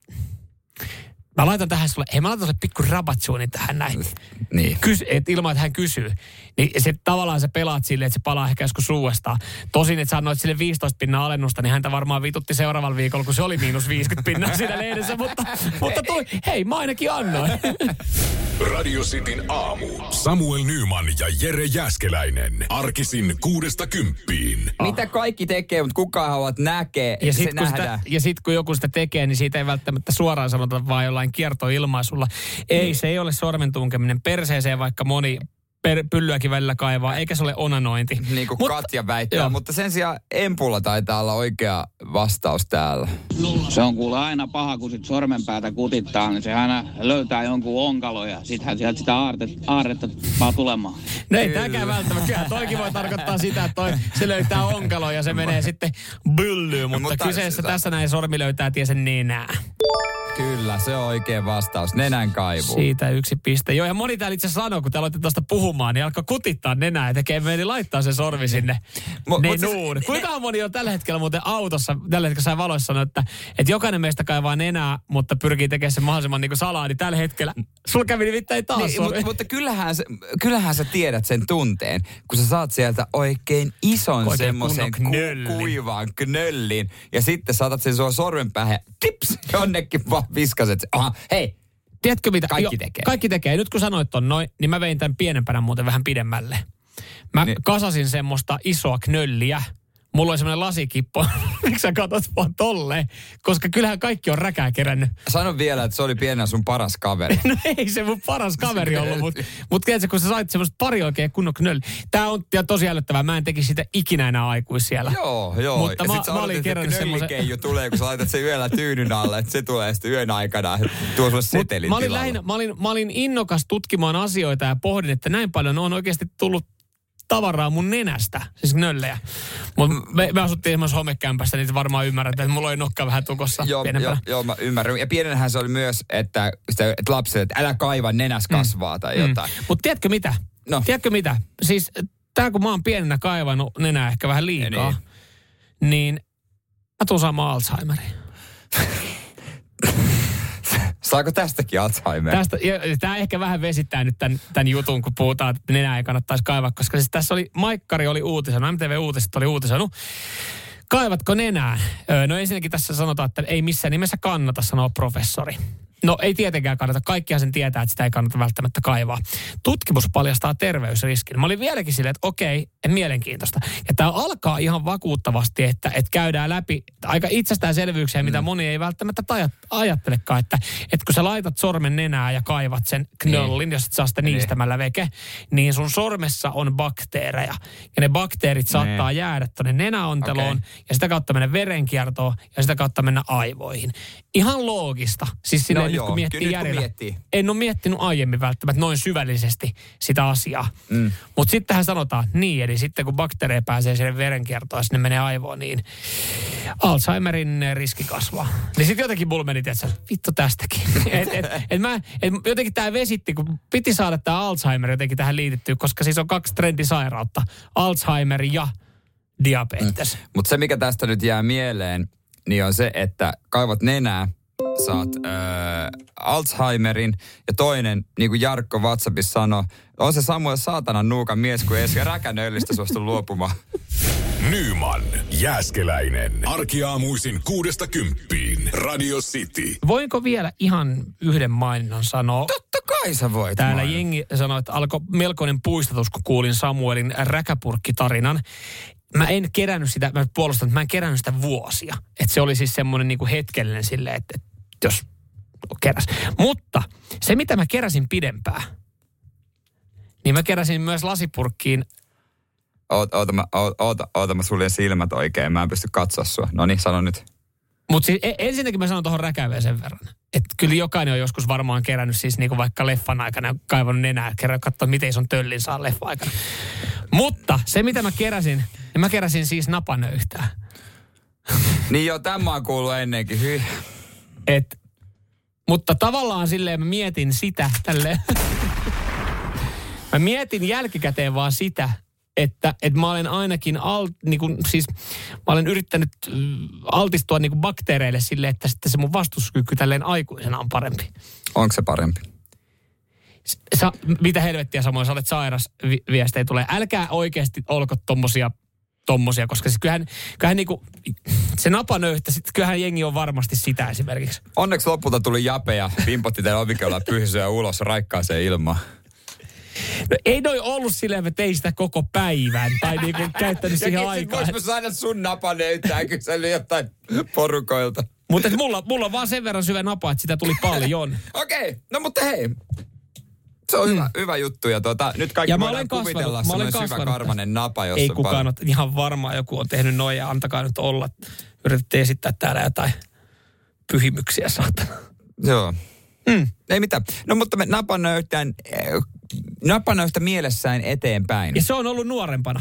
mä laitan tähän sulle, hei mä laitan sulle pikku rabatsuunin tähän näin. Niin. Kys, et ilman, että hän kysyy. Niin se tavallaan sä pelaat silleen, että se palaa ehkä joskus uudestaan. Tosin, että sanoit sille viisitoista pinnaa alennusta, niin häntä varmaan vitutti seuraavalla viikolla, kun se oli miinus viisikymmentä pinnaa siinä lehdessä. Mutta, mutta tuli, hei mä ainakin annoin. Radio Cityn aamu. Samuel Nyman ja Jere Jääskeläinen. Arkisin kuudesta kymppiin. Mitä kaikki tekee, mutta kukaan haluat näkee, ja sit, se nähdään. Sitä, ja sitten kun joku sitä tekee, niin siitä ei välttämättä suoraan sanota vaan jollain kiertoilmaisulla. Ei, niin. Se ei ole sormen tunkeminen perseeseen, vaikka moni per, pyllyäkin välillä kaivaa, eikä se ole onanointi. Niin kuin mutta, Katja väittää, joo. Mutta sen sijaan empulla taitaa olla oikea vastaus täällä. Se on kuule aina paha, kun sit sormenpäätä kutittaa, niin se aina löytää jonkun onkalon ja sittenhän sieltä sitä aarretta, aarretta vaan tulemaan. No ei tämäkään välttämättä. Kyllä toikin voi tarkoittaa sitä, että toi, se löytää onkalon ja se menee sitten byllyyn, mutta, no, mutta kyseessä sitä tässä näin sormi löytää tiesen nenää. Kyllä, se on oikea vastaus. Nenän kaivu. Siitä yksi piste. Joo, ja moni täällä itse sanoo, kun te aloitte tuosta puhumaan, niin alkoi kutittaa nenää ja tekee meni laittaa se sormi sinne Mo, nenuun. Siis, Kuinka moni on tällä hetkellä muuten autossa, tällä hetkellä sai valoissa sanoa, että, että jokainen meistä kaivaa nenää, mutta pyrkii tekemään sen mahdollisimman niin kuin salaa, niin tällä hetkellä sulla kävi nimittäin taas niin, mutta, mutta kyllähän, se, kyllähän sä tiedät sen tunteen, kun sä saat sieltä oikein ison semmoisen ku, kuivaan knöllin ja sitten saatat sen sua sormen päähän tips jonnekin vaan viskaset. Aha, hei, tiedätkö mitä? Kaikki jo, tekee. Kaikki tekee. Nyt kun sanoit ton noin, niin mä vein tämän pienempänä muuten vähän pidemmälle. Mä niin. kasasin semmoista isoa knölliä. Mulla oli semmoinen lasikippo. Miksi sä katot vaan tolleen? Koska kyllähän kaikki on räkää kerännyt. Sano vielä, että se oli pienenä sun paras kaveri. No ei se mun paras kaveri ollut, mutta mut tiedätkö, kun sä sait semmoista pari oikein kunnon knölli. Tää on tosi älyttävää. Mä en tekisi sitä ikinä enää aikuis siellä. Joo, joo. Mutta ja mä, sit mä olin kerännyt semmoisen. Knöllikeiju tulee, kun sä laitat sen yöllä tyynyn alle, että se tulee sitten yön aikana. Tuo sulle setelin mä olin, lähinnä, mä, olin, mä olin innokas tutkimaan asioita ja pohdin, että näin paljon on oikeasti tullut tavaraa mun nenästä, siis knöllejä. Mutta me, me asuttiin esimerkiksi homekämpässä, niin varmaan ymmärrät, että mulla oli nokka vähän tukossa joo, pienempänä. Joo, joo, mä ymmärrän. Ja pienenähän se oli myös, että, että lapsille, että älä kaiva, nenäs kasvaa mm. tai jotain. Mm. Mutta tiedätkö mitä? No. Tiedätkö mitä? Siis tää kun mä oon pienenä kaivannut nenää ehkä vähän liikaa, niin, niin mä tuun saamaan Alzheimerin. Saako tästäkin Alzheimer? Tästä, tämä ehkä vähän vesittää nyt tämän, tämän jutun, kun puhutaan, että nenää ei kannattaisi kaivaa, koska siis tässä oli, Maikkari oli uutisanut, M T V-uutiset oli uutisanut. Kaivatko nenää? No ensinnäkin tässä sanotaan, että ei missään nimessä kannata, sanoo professori. No ei tietenkään kannata. Kaikkihan sen tietää, että sitä ei kannata välttämättä kaivaa. Tutkimus paljastaa terveysriskin. Mä olin vieläkin silleen, että okei, mielenkiintoista. Ja tämä alkaa ihan vakuuttavasti, että, että käydään läpi aika itsestäänselvyyksiä, mitä mm. moni ei välttämättä ajattelekaan. Että, että kun sä laitat sormen nenää ja kaivat sen knöllin, niin. jos et saa sitä niistämällä veke, niin sun sormessa on bakteereja. Ja ne bakteerit ne. saattaa jäädä tuonne nenäonteloon okay. ja sitä kautta mennä verenkiertoon ja sitä kautta mennä aivoihin. Ihan loogista. Siis sinne no, nyt kun miettii järjellä. Miettii. En ole miettinyt aiemmin välttämättä noin syvällisesti sitä asiaa. Mm. Mutta sittenhän sanotaan niin, eli sitten kun bakteereja pääsee sinne verenkiertoon ja sinne menee aivoon, niin Alzheimerin riski kasvaa. Niin sitten jotenkin mulla meni, että vittu tästäkin. et, et, et mä, et jotenkin tämä vesitti, kun piti saada tämä Alzheimer jotenkin tähän liitettyä, koska siis on kaksi trendisairautta. Alzheimer ja diabetes. Mm. Mutta se, mikä tästä nyt jää mieleen, niin on se, että kaivat nenää, saat öö, Alzheimerin ja toinen, niin kuin Jarkko WhatsAppissa sanoi, on se Samuel saatanan nuukan mies, kun ei edes räkänöllistä suostu luopumaan. Nyman, Jääskeläinen. Arkiaamuisin kuudesta kymppiin. Radio City. Voinko vielä ihan yhden maininnan sanoa? Totta kai sä voit. Täällä mainita. jengi sanoi, että alkoi melkoinen puistatus, kun kuulin Samuelin räkäpurkkitarinan. Mä en kerännyt sitä, mä puolustan, että mä en kerännyt sitä vuosia. Että se oli siis semmoinen niinku hetkellinen silleen, että, että jos keräs. Mutta se, mitä mä keräsin pidempään, niin mä keräsin myös lasipurkkiin. Oota, oota, mä, oota, oota, mä suljen silmät oikein, mä en pysty katsoa sua. No niin, sano nyt. Mutta siis ensinnäkin mä sanon tuohon räkäveen sen verran. Että kyllä jokainen on joskus varmaan kerännyt siis niinku vaikka leffan aikana ja kaivannut nenää, kerran katsoa, miten ison töllin saa leffan aikana. Mutta se, mitä mä keräsin, niin mä keräsin siis napanöyhtää. Niin joo, tämä on kuullut ennenkin. Hyi. Et, mutta tavallaan silleen mä mietin sitä tälleen. Mä mietin jälkikäteen vaan sitä, että, että mä olen ainakin, al, niin kun, siis mä olen yrittänyt altistua niin kun bakteereille silleen, että sitten se mun vastuskyky tälleen aikuisena on parempi. Onko se parempi? Sa, mitä helvettiä Samoin, sä olet sairas, vi, viestejä tulee. Älkää oikeasti olko tommosia, tommosia koska siis kyllähän, kyllähän niinku, se napanöyhtä, sit kyllähän jengi on varmasti sitä esimerkiksi. Onneksi lopulta tuli Jape ja pimpotti teidän ovikeulaa pyhysyä ulos raikkaaseen ilmaan. No ei noi ollut silleen, että tein sitä koko päivän tai niinku käyttänyt siihen aikaa. Ja vois mä saada sun napanöyhtään kysely jotain porukoilta. Mutta mulla, mulla on vaan sen verran syvä napa, että sitä tuli paljon. Okei, okay. No mutta hei. Se on mm. hyvä, hyvä juttu ja tuota, nyt kaikki ja voidaan kuvitella semmoinen syvä karvanen napa, jossa ei kukaan ole ihan varmaa, joku on tehnyt noin ja antakaa nyt olla. Yritätte esittää täällä jotain pyhimyksiä, saatana. Joo. Mm. Ei mitään. No mutta me napanöyhtään, napanöyhtä mielessään eteenpäin. Ja se on ollut nuorempana.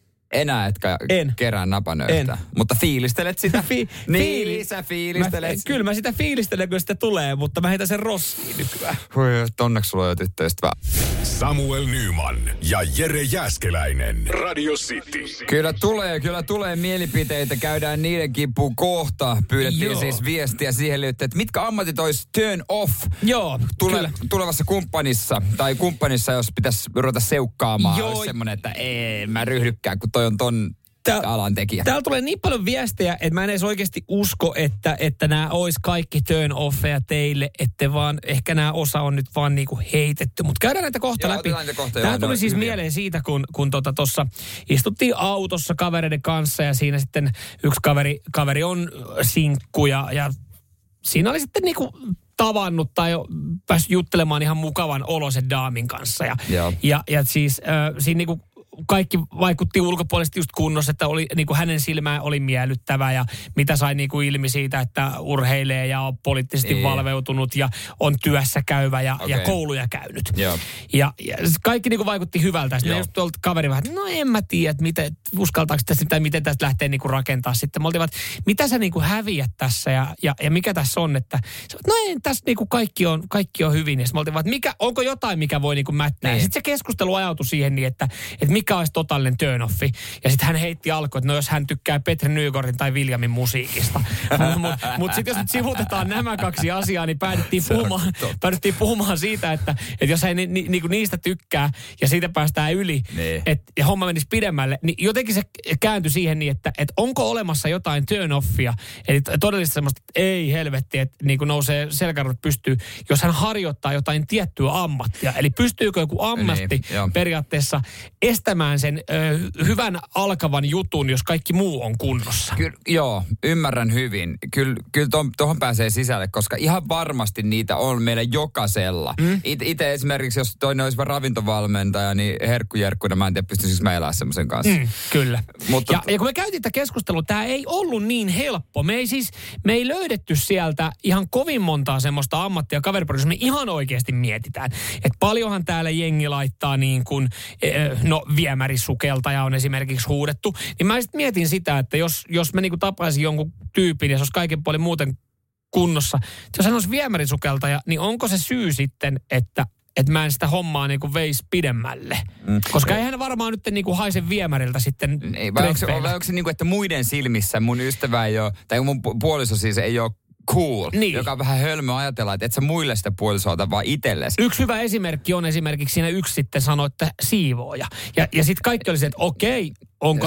Enää etkä en. kerää napanöyhtää. En. Mutta fiilistelet sitä. Fi- niin, fiili- sä fiilistelet. Mä, kyllä mä sitä fiilistelen, kun sitä tulee, mutta mä heitän sen roskiin nykyään. Voi, onneksi sulla on jo tyttöystävää. Samuel Nyman ja Jere Jääskeläinen. Radio City. Kyllä tulee, kyllä tulee mielipiteitä. Käydään niiden kimppuun kohta. Pyydettiin Joo. siis viestiä siihen liittyen, että mitkä ammatit olisi turn off Joo, tule, kyllä. tulevassa kumppanissa. Tai kumppanissa, jos pitäisi ruveta seukkaamaan. Joo. Olisi semmoinen, että ei mä ryhdykään, kun toi on ton Tää, alan tekijä. Täällä tulee niin paljon viestejä, että mä en edes oikeasti usko, että, että nämä olisi kaikki turn offeja teille, että vaan ehkä nämä osa on nyt vaan niinku heitetty. Mutta käydään näitä kohta Joo, läpi. näitä kohta, Tämä joo, tuli siis hyviä. mieleen siitä, kun, kun tuossa tota istuttiin autossa kavereiden kanssa ja siinä sitten yksi kaveri, kaveri on sinkku ja, ja siinä oli sitten niinku tavannut tai päässyt juttelemaan ihan mukavan olosen daamin kanssa. Ja, ja, ja siis äh, siinä niinku kaikki vaikutti ulkopuolisesti just kunnossa, että oli, niin kuin hänen silmään oli miellyttävä ja mitä sai niin kuin ilmi siitä, että urheilee ja on poliittisesti Ei. valveutunut ja on työssä käyvä ja, okay. ja kouluja käynyt. Joo. Ja, ja kaikki niin kuin vaikutti hyvältä. Sitten me just tuolta kaveri vähän, no en mä tiedä, että miten, uskaltaako tästä tai miten tästä lähtee niin kuin rakentaa. Sitten me oltiin, että mitä sä niin kuin häviät tässä ja, ja, ja mikä tässä on, että no ei, tässä niin kuin kaikki on, kaikki on hyvin. Ja sitten me oltiin, että mikä, onko jotain, mikä voi niin kuin mättää. Niin. Sitten se keskustelu ajautui siihen niin, että, että mikä olisi totaalinen turn-offi. Ja sitten hän heitti alkuun, että no jos hän tykkää Petri Nygårdin tai Viljamin musiikista. Mutta mut sitten jos nyt sivutetaan nämä kaksi asiaa, niin päädyttiin puhumaan, päädyttiin puhumaan siitä, että, että jos hän ni, ni, ni, niistä tykkää ja siitä päästään yli, niin. et, ja homma menisi pidemmälle, niin jotenkin se kääntyi siihen niin, että et onko olemassa jotain turn-offia, eli todellista semmoista, että ei helvetti, että niin kuin nousee selkärot pystyy, jos hän harjoittaa jotain tiettyä ammattia. Eli pystyykö joku ammatti niin, periaatteessa estämään sen ö, hyvän alkavan jutun, jos kaikki muu on kunnossa. Kyllä, joo, ymmärrän hyvin. Kyllä, kyllä tuohon pääsee sisälle, koska ihan varmasti niitä on meillä jokaisella. Mm. Itse esimerkiksi, jos toinen olisi ravintovalmentaja, niin herkkujerkkuna, mä en tiedä, pystyisikö mä elää semmoisen kanssa. Mm, kyllä. Mutta, ja, ja kun me käytiin tätä keskustelua, tämä ei ollut niin helppo. Me ei siis, me ei löydetty sieltä ihan kovin montaa semmoista ammattia kaveriporissa, me ihan oikeasti mietitään. Että paljonhan täällä jengi laittaa niin kuin, no viemärisukeltaja on esimerkiksi huudettu. Niin mä sitten mietin sitä, että jos, jos mä niinku tapaisin jonkun tyypin ja se olisi kaiken puolin muuten kunnossa, jos hän olisi viemärisukeltaja, niin onko se syy sitten, että että mä en sitä hommaa niinku veisi pidemmälle. Mm. Koska ei. eihän varmaan nyt niinku haise viemäriltä sitten ei, vai onko se, vai onko se niinku, että muiden silmissä mun ystävä ei ole, tai mun puoliso siis ei ole cool, niin. Joka on vähän hölmö ajatella, että et sä muille sitä puolisoa ota vaan itsellesi. Yksi hyvä esimerkki on esimerkiksi siinä yksi sitten sanoi, että siivooja. Ja, ja sitten kaikki oli se, että okei, onko... Se,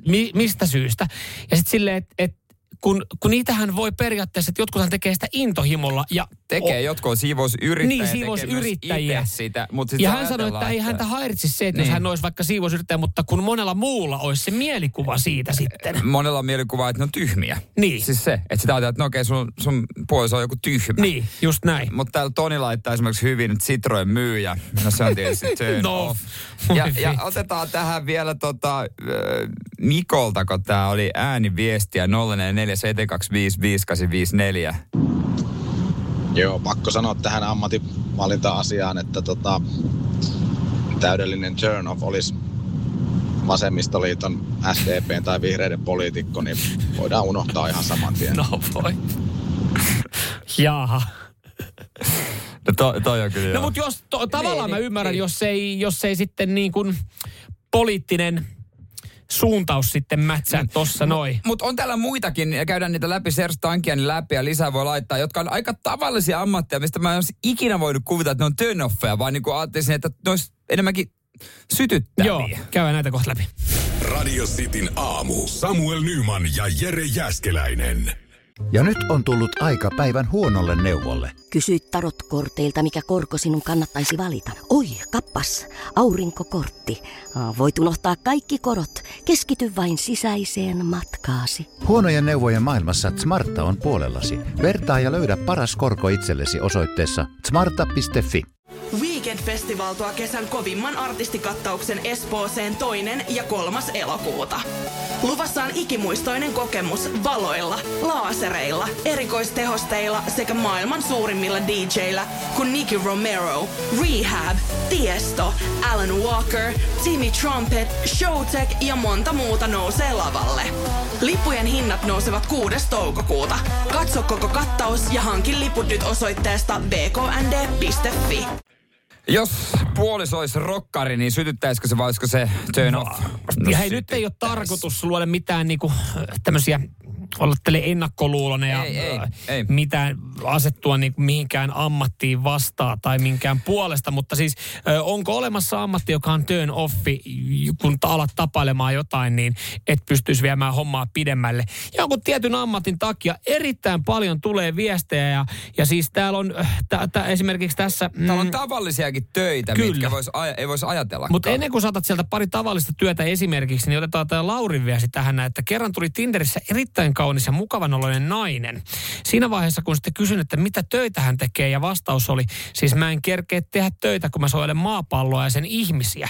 mi, mistä syystä. Ja sitten silleen, että et, kun, kun niitähän voi periaatteessa, että jotkuthan tekee sitä intohimolla. Ja tekee, o, jotkut on siivousyrittäjiä. Niin, siivousyrittäjiä. Sitä, mutta ja hän sanoi, että ei häntä häiritsisi se, että niin. jos hän olisi vaikka siivousyrittäjä, mutta kun monella muulla olisi se mielikuva siitä sitten. Monella on mielikuva, että ne on tyhmiä. Niin. Siis se, että sitä ajatellaan, että no okei, sun, sun puoliso on joku tyhmä. Niin, just näin. Mutta täällä Toni laittaa esimerkiksi hyvin, että Citroen myyjä. No se on tietysti turn no, off. Ja, ja otetaan tähän vielä tota, äh, Mikolta, kun tää oli ääniviestiä nolla neljä neljä seitsemän kaksi viisi viisi kahdeksan viisi neljä. Joo, pakko sanoa tähän ammatinvalinta-asiaan, että tota, täydellinen turn off olisi vasemmistoliiton, S D P:n tai vihreiden poliitikko, niin voidaan unohtaa ihan saman tien. No voi. Jaaha. No to, toi on kyllä No mutta jos, to, tavallaan niin, mä ymmärrän, niin. jos, ei, jos ei sitten niin kuin poliittinen suuntaus sitten mätsää mm. tossa noin. Mutta on täällä muitakin, ja käydään niitä läpi, Serge Tankianin läpi ja lisää voi laittaa, jotka on aika tavallisia ammatteja, mistä mä en olisi ikinä voinut kuvita, että ne on turn-offeja, vaan niin kuin ajattelisin, että ne olisi enemmänkin sytyttäviä. Joo, käydään näitä kohta läpi. Radio Cityn aamu. Samuel Nyman ja Jere Jääskeläinen. Ja nyt on tullut aika päivän huonolle neuvolle. Kysyit tarotkorteilta, mikä korko sinun kannattaisi valita. Oi, kappas, aurinkokortti. Voit unohtaa kaikki korot. Keskity vain sisäiseen matkaasi. Huonojen neuvojen maailmassa Smarta on puolellasi. Vertaa ja löydä paras korko itsellesi osoitteessa smarta piste fi. Weekend-festival tuo kesän kovimman artistikattauksen Espooseen toinen ja kolmas elokuuta. Luvassa on ikimuistoinen kokemus valoilla, laasereilla, erikoistehosteilla sekä maailman suurimmilla D J:illä kuin Nicky Romero, Rehab, Tiesto, Alan Walker, Timmy Trumpet, Showtek ja monta muuta nousee lavalle. Lippujen hinnat nousevat kuudes toukokuuta. Katso koko kattaus ja hankin liput nyt osoitteesta w k n d piste fi. Jos puoliso olisi rokkari, niin sytyttäisikö se vai olisiko se turn off? No, ja hei, nyt ei ole tarkoitus luoda mitään niinku tämmöisiä, olla tälle ennakkoluulonen ja ei, ei, ei. mitään asettua niinku mihinkään ammattiin vastaan tai minkään puolesta. Mutta siis onko olemassa ammatti, joka on turn offi, kun alat tapailemaan jotain, niin et pystyisi viemään hommaa pidemmälle. Ja jonkun tietyn ammatin takia erittäin paljon tulee viestejä ja, ja siis täällä on tä, tä, esimerkiksi tässä... Mm, täällä on tavallisiakin töitä, kyllä, mitkä vois, ei voisi ajatella. Mutta ennen kuin saatat sieltä pari tavallista työtä esimerkiksi, niin otetaan tämä Laurin viesti tähän, että kerran tuli Tinderissä erittäin kaunis ja mukavan oloinen nainen. Siinä vaiheessa, kun sitten kysyin, että mitä töitä hän tekee, ja vastaus oli, siis mä en kerkeä tehdä töitä, kun mä suojelen maapalloa ja sen ihmisiä.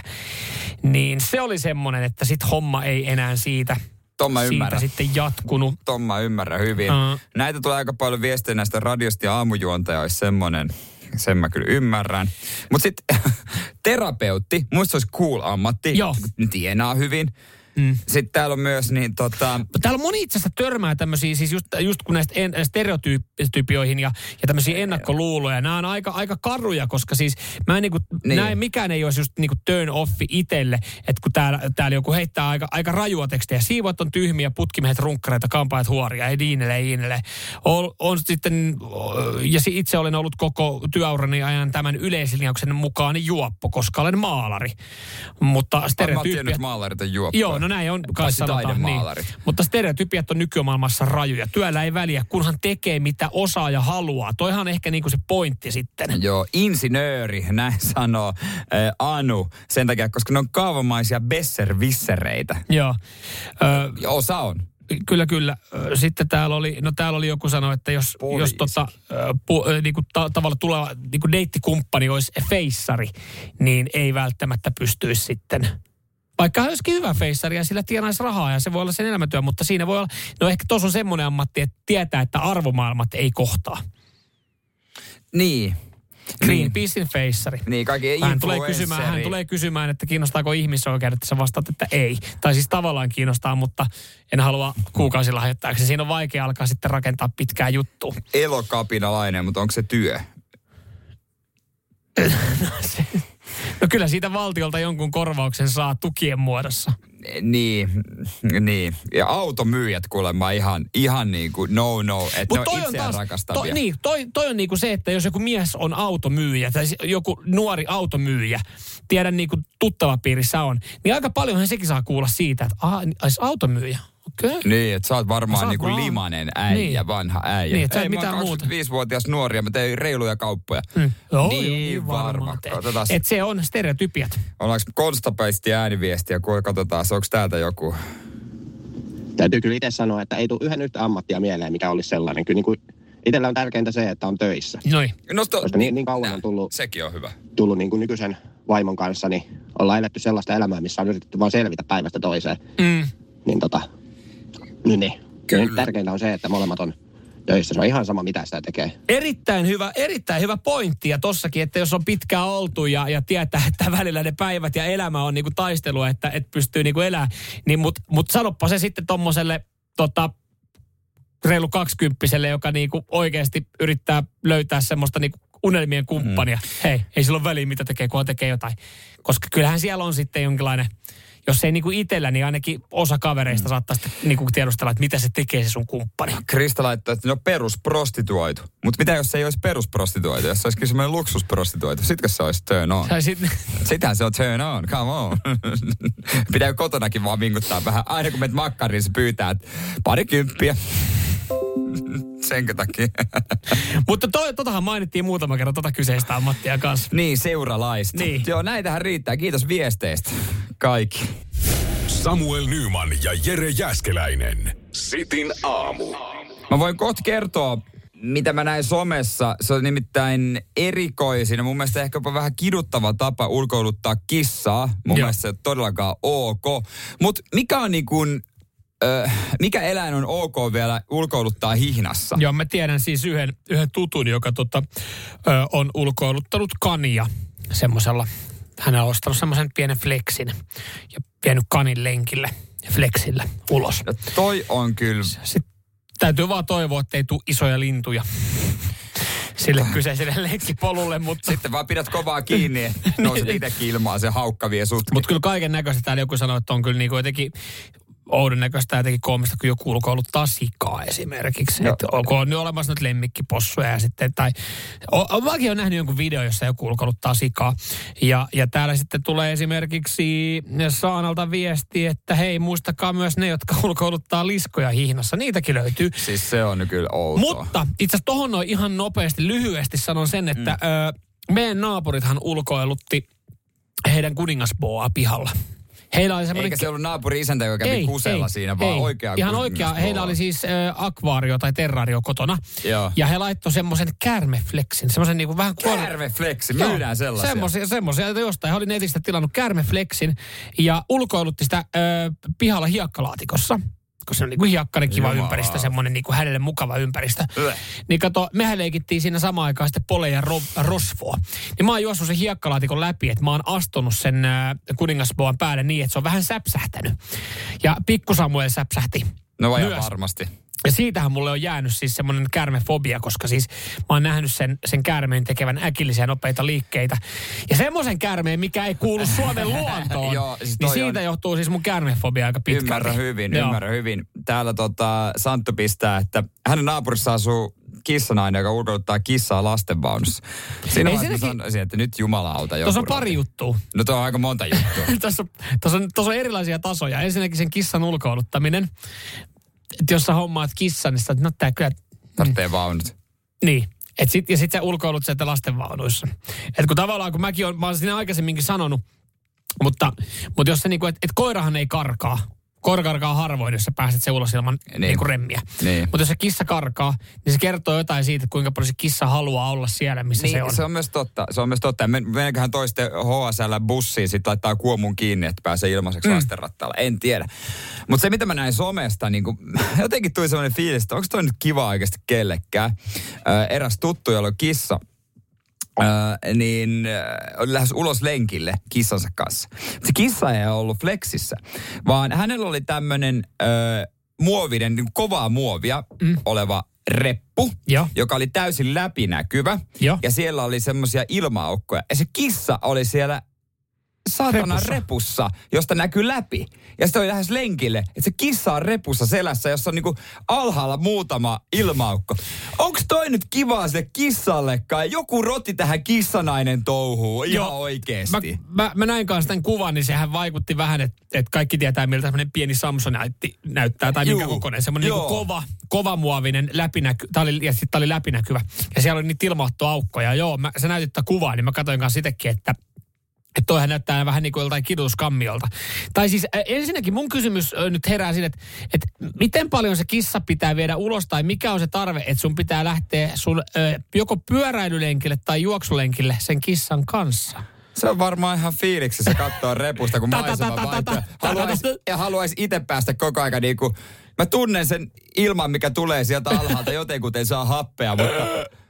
Niin se oli semmoinen, että sit homma ei enää siitä... Ton mä ymmärrän. Siitä sitten jatkunut. Ton mä ymmärrän hyvin. Uh. Näitä tulee aika paljon viestejä näistä radiosta ja aamujuontaja olisi semmoinen... Sen mä kyllä ymmärrän. Mutta sitten terapeutti, musta se olisi cool ammatti. Joo. Tienaa hyvin. Mm. Sitten täällä on myös niin tota... Täällä on moni itse asiassa törmää tämmöisiä, siis just, just kun näistä en, stereotypioihin ja, ja tämmöisiä ennakkoluuloja. Nämä on aika, aika karuja, koska siis mä en niinku, niin. näin mikään ei olisi just niinku turn offi itselle. Että kun täällä, täällä joku heittää aika, aika rajua tekstiä. Siivoat on tyhmiä, putkimiehet runkkareita, kampaajat huoria, ei diinele, ei diinele. On, on sitten, ja itse olen ollut koko työurani ajan tämän yleislinjauksen mukaan juoppo, koska olen maalari. Mutta stereotyyppiä... Mä oon maalarit on juoppo. Joo, no näin on kai sanotaan. Niin. Mutta stereotypiat on nykymaailmassa rajuja. Työllä ei väliä, kunhan tekee mitä osaa ja haluaa. Toihan on ehkä niinku se pointti sitten. Joo, insinööri, näin sanoo äh, Anu. Sen takia, koska ne on kaavamaisia besservissereitä. Joo. Ö, Osa on. Kyllä, kyllä. Sitten täällä oli, no täällä oli joku sanoi, että jos, jos tota, pu, niinku ta, tavallaan tuleva niinku deittikumppani olisi feissari, niin ei välttämättä pystyisi sitten... Vaikka hän olisikin hyvä feissari ja sillä tienaisi rahaa ja se voi olla sen elämäntyö, mutta siinä voi olla, no ehkä tuossa on semmoinen ammatti, että tietää, että arvomaailmat ei kohtaa. Niin. Greenpeacein feissari. Niin, kaikki hän tulee kysymään, hän tulee kysymään, että kiinnostaako ihmisoikeudet, että sä vastaat, että ei. Tai siis tavallaan kiinnostaa, mutta en halua kuukausilla lahjoittaakseni. Siinä on vaikea alkaa sitten rakentaa pitkää juttua. Elokapinalainen, mutta onko se työ? no, se, No kyllä siitä valtiolta jonkun korvauksen saa tukien muodossa. Niin, niin. Ja automyyjät kuulemma ihan, ihan niin kuin no no, että ne on itseään taas, rakastavia. Toi, niin, toi, toi on niin kuin se, että jos joku mies on automyyjä tai joku nuori automyyjä, tiedän niin kuin tuttava piirissä on, niin aika paljonhan sekin saa kuulla siitä, että ah, automyyjä. Okay. Niin, että sä oot varmaan sä oot niinku vaan limanen äijä, niin. vanha äijä. Niin, että ei, mitään mä oon kaksikymmentäviisivuotias nuori ja mä tein reiluja kauppoja. Mm. Joo, niin, niin varma. Että se on stereotypiat. Ollaanko konstapeisti ääniviestiä, kun katsotaan, onko täältä joku? Täytyy kyllä itse sanoa, että ei tule yhden yhtä ammattia mieleen, mikä olisi sellainen. Kyllä niin kuin itsellä on tärkeintä se, että on töissä. Noin. No, sto, Koska niin, niin kauan on tullut, sekin on hyvä. tullut niin kuin nykyisen vaimon kanssa, niin ollaan eletty sellaista elämää, missä on yritetty vaan selvitä päivästä toiseen. Mm. Niin tota, niin, niin. Kyllä. Tärkeintä on se, että molemmat on töissä. Se on ihan sama, mitä sitä tekee. Erittäin hyvä, erittäin hyvä pointti. Ja tossakin, että jos on pitkään oltu ja, ja tietää, että välillä ne päivät ja elämä on niinku taistelua, että et pystyy niinku elämään. Niin mut, mut sanoppa se sitten tommoselle tota, reilu kaksikymppiselle, joka niinku oikeasti yrittää löytää semmoista niinku unelmien kumppania. Mm. Hei, ei sillä ole väliä, mitä tekee, kunhan tekee jotain. Koska kyllähän siellä on sitten jonkinlainen, jos ei niinku itsellä, niin ainakin osa kavereista mm. saattaa sitten niinku tiedustella, että mitä se tekee se sun kumppani. Krista laittaa, että no perusprostituoitu. Mutta mitä jos se ei olisi perusprostituoitu? Jos se olisikin semmoinen luksusprostituoitu, sitkö se olisi turn on? Sit... Sitähän se on turn on, come on. Pitää kotonakin vaan vinkuttaa vähän. Aina kun menet makkariin, se pyytää, että pari kymppiä. Senkö takia. Mutta to, totahan mainittiin muutama kerran tota kyseistä ammattia kanssa. Niin, seuralaista. Niin. Joo, näitähän riittää. Kiitos viesteistä. Kaikki. Samuel Nyman ja Jere Jääskeläinen. Sitin aamu. Mä voin kohta kertoa, mitä mä näin somessa. Se on nimittäin erikoisin ja mun mielestä ehkä jopa vähän kiduttava tapa ulkoiluttaa kissaa. Mun Joo. mielestä se on todellakaan ok. Mutta mikä on niin kuin... Ö, mikä eläin on ok vielä ulkoiluttaa hihnassa? Joo, mä tiedän siis yhden, yhden tutun, joka tota, ö, on ulkoiluttanut kania semmoisella. Hän on ostanut semmoisen pienen flexin ja vienyt kanin lenkille ja flexille ulos. No toi on kyllä... Sitten täytyy vaan toivoa, että ei tule isoja lintuja sille kyseiselle lenkkipolulle, mutta... Sitten vaan pidät kovaa kiinni, että nouset itsekin ilmaan, se haukka vie sut. Mutta kyllä kaiken näköistä täällä joku sanoo, että on kyllä niinku jotenkin... oudon näköistä jotenkin koomista, kun joku ulkoiluttaa sikaa esimerkiksi. Että onko nyt olemassa nyt lemmikkipossuja ja sitten, tai... O, mäkin olen nähnyt jonkun video, jossa joku ulkoiluttaa sikaa. Ja, ja täällä sitten tulee esimerkiksi Saanalta viesti, että hei, muistakaa myös ne, jotka ulkoiluttaa liskoja hihnassa. Niitäkin löytyy. Siis se on kyllä outoa. Mutta itse asiassa tohon noin ihan nopeasti, lyhyesti sanon sen, että mm. ö, meidän naapurithan ulkoilutti heidän kuningasboaa pihalla. Heillä oli Eikä se ollut naapuri isäntä, joka kävi ei, kusella ei, siinä, vaan ei. oikea Ihan oikea. Heillä oli siis äh, akvaario tai terrario kotona. Joo. Ja he laittoi semmoisen kärmeflexin. Semmoisen niinku vähän... Kärmeflexin? Myydään sellaisia. Semmoisia, semmoisia jostain. He oli netistä tilannut kärmeflexin ja ulkoilutti sitä äh, pihalla hiekkalaatikossa. Koska se on niinku hiekkainen kiva Jumala. ympäristö, semmoinen niinku hänelle mukava ympäristö. Yö. Niin kato, mehän leikittiin siinä samaan aikaan sitten pole ja ro, rosvoa. Niin mä oon juossut sen hiekkalaatikon läpi, että mä oon astunut sen äh, kuningasboan päälle niin, että se on vähän säpsähtänyt. Ja pikku Samuel säpsähti. No vai varmasti. Ja siitähän mulle on jäänyt siis semmoinen käärmefobia, koska siis mä oon nähnyt sen, sen käärmeen tekevän äkillisiä nopeita liikkeitä. Ja semmoisen käärmeen, mikä ei kuulu Suomen luontoon, Joo, siis niin siitä on... johtuu siis mun käärmefobia aika pitkälti. Ymmärrän hyvin, Joo. ymmärrän hyvin. Täällä tota, Santtu pistää, että hänen naapurissa asuu kissanainen, joka ulkoiluttaa kissaa lastenvaunussa. Siinä vaiheessa mä sanoisin, että nyt jumalauta joku. Tuossa on pari juttua. No tuo on aika monta juttua. Tuossa on, on erilaisia tasoja. Ensinnäkin sen kissan ulkoiluttaminen. Että jos sä hommaat kissan, niin sä no tää kyllä... Tarvitsee vaunut. Niin. Et sit, ja sit sä ulkoilut sieltä lastenvaunuissa. Että kun tavallaan, kun mäkin olen, mä olen siinä aikaisemminkin sanonut, mutta, mutta jos se niinku, että et koirahan ei karkaa. Koira karkaa harvoin, jos sä pääset se ulos ilman niin. niinku remmiä. Niin. Mutta jos se kissa karkaa, niin se kertoo jotain siitä, että kuinka paljon se kissa haluaa olla siellä, missä niin, se on. se on myös totta. Se on myös totta. Meneeköhän toisten H S L-bussiin, sitten laittaa kuomun kiinni, että pääsee ilmaiseksi mm. lastenrattaalla. En tiedä. Mutta se, mitä mä näin somesta, niin kun, jotenkin tuli sellainen fiilis, että onko toi nyt kiva oikeasti kellekään. Ö, eräs tuttu, jolla on kissa, Öö, niin äh, oli lähes ulos lenkille kissansa kanssa. Se kissa ei ollut flexissä, vaan hänellä oli tämmöinen äh, muovinen, niin kovaa muovia mm. oleva reppu, ja. joka oli täysin läpinäkyvä. Ja, ja siellä oli semmoisia ilma-aukkoja. Ja se kissa oli siellä saatana Repussa. repussa, josta näkyy läpi. Ja sitten oli lähes lenkille, että se kissa on repussa selässä, jossa on niinku alhaalla muutama ilmaukko. Onks toi nyt kivaa sille kissallekaan? Joku roti tähän kissanainen touhuu ihan Joo, oikeesti. Mä, mä, mä näin kanssa tämän kuvan, niin sehän vaikutti vähän, että et kaikki tietää, miltä semmoinen pieni Samsonite näyttää, tai minkä Juu, kokoinen. Semmoinen niinku kova, kovamuovinen läpinäky, tää oli, ja sitten tää oli läpinäkyvä. Ja siellä oli niitä ilmaottoaukkoja. Joo, mä, sä näytit tätä kuvaa, niin mä katsoin kanssa sitäkin, että Että toihan näyttää vähän niin kuin joltain kidutuskammilta. Tai siis äh, ensinnäkin mun kysymys äh, nyt herää siinä, että, että miten paljon se kissa pitää viedä ulos tai mikä on se tarve, että sun pitää lähteä sun äh, joko pyöräilylenkille tai juoksulenkille sen kissan kanssa. Se on varmaan ihan fiiliksissä katsoa repusta, kun maisema vaihtaa. Haluais, ja haluaisi itse päästä koko ajan niin kuin, mä tunnen sen ilman, mikä tulee sieltä alhaalta, jotenkuten saa happea, mutta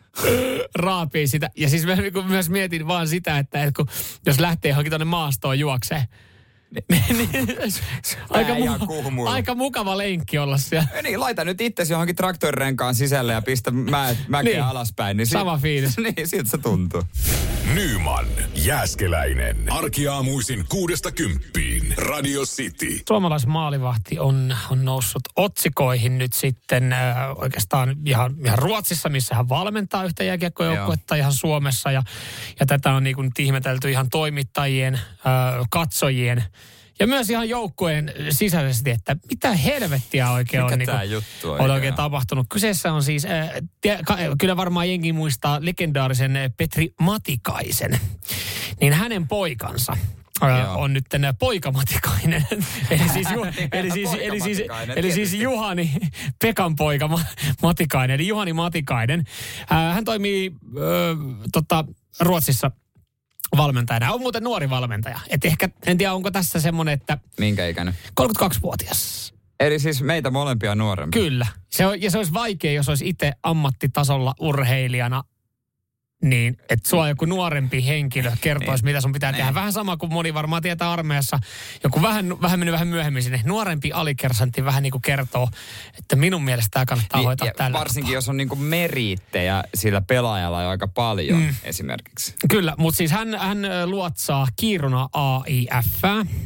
raapii sitä. Ja siis mä myös mietin vaan sitä, että, että kun, jos lähtee johonkin tuonne maastoon juokseen, niin, aika, mu- aika mukava lenkki olla siellä. Ja niin, laita nyt itsesi johonkin traktorirenkaan sisälle ja pistä mä, mäkeä niin, alaspäin. Niin sama si- fiilis. Niin, siltä se tuntuu. Nyman, Jääskeläinen. Arkiaamuisin kuudesta kymppiin. Radio City. Suomalaismaalivahti on, on noussut otsikoihin nyt sitten äh, oikeastaan ihan, ihan Ruotsissa, missä hän valmentaa yhtä jääkiekkojoukkuetta, ihan Suomessa. Ja, ja tätä on niin kuin nyt ihmetelty ihan toimittajien, äh, katsojien ja myös ihan joukkueen sisäisesti, että mitä helvettiä oikein on, niin kuin, on oikein tapahtunut. Kyseessä on siis, äh, tie, ka, kyllä varmaan jengi muistaa legendaarisen Petri Matikaisen, niin hänen poikansa Joo. on nyt poika Matikainen. eli, siis, ju, eli, siis, eli, siis, eli siis Juhani, Pekan poika Matikainen, eli Juhani Matikainen. Äh, hän toimii äh, tota, Ruotsissa valmentajana. On muuten nuori valmentaja. Et ehkä, en tiedä, onko tässä semmoinen, että minkä ikäinen? kolmekymmentäkaksivuotias. Eli siis meitä molempia nuorempia. Kyllä. Se on, ja se olisi vaikea, jos olisi itse ammattitasolla urheilijana, niin, että sua joku nuorempi henkilö kertoisi, mitä sun pitää niin tehdä. Vähän sama kuin moni varmaan tietää armeijassa. Joku vähän, vähän mennyt vähän myöhemmin sinne. Nuorempi alikersantti vähän niin kuin kertoo, että minun mielestä tämä kannattaa niin, hoitaa tällä varsinkin tapaa. Jos on niin kuin meriittejä sillä pelaajalla jo aika paljon mm. esimerkiksi. Kyllä, mutta siis hän, hän luotsaa Kiruna A I F.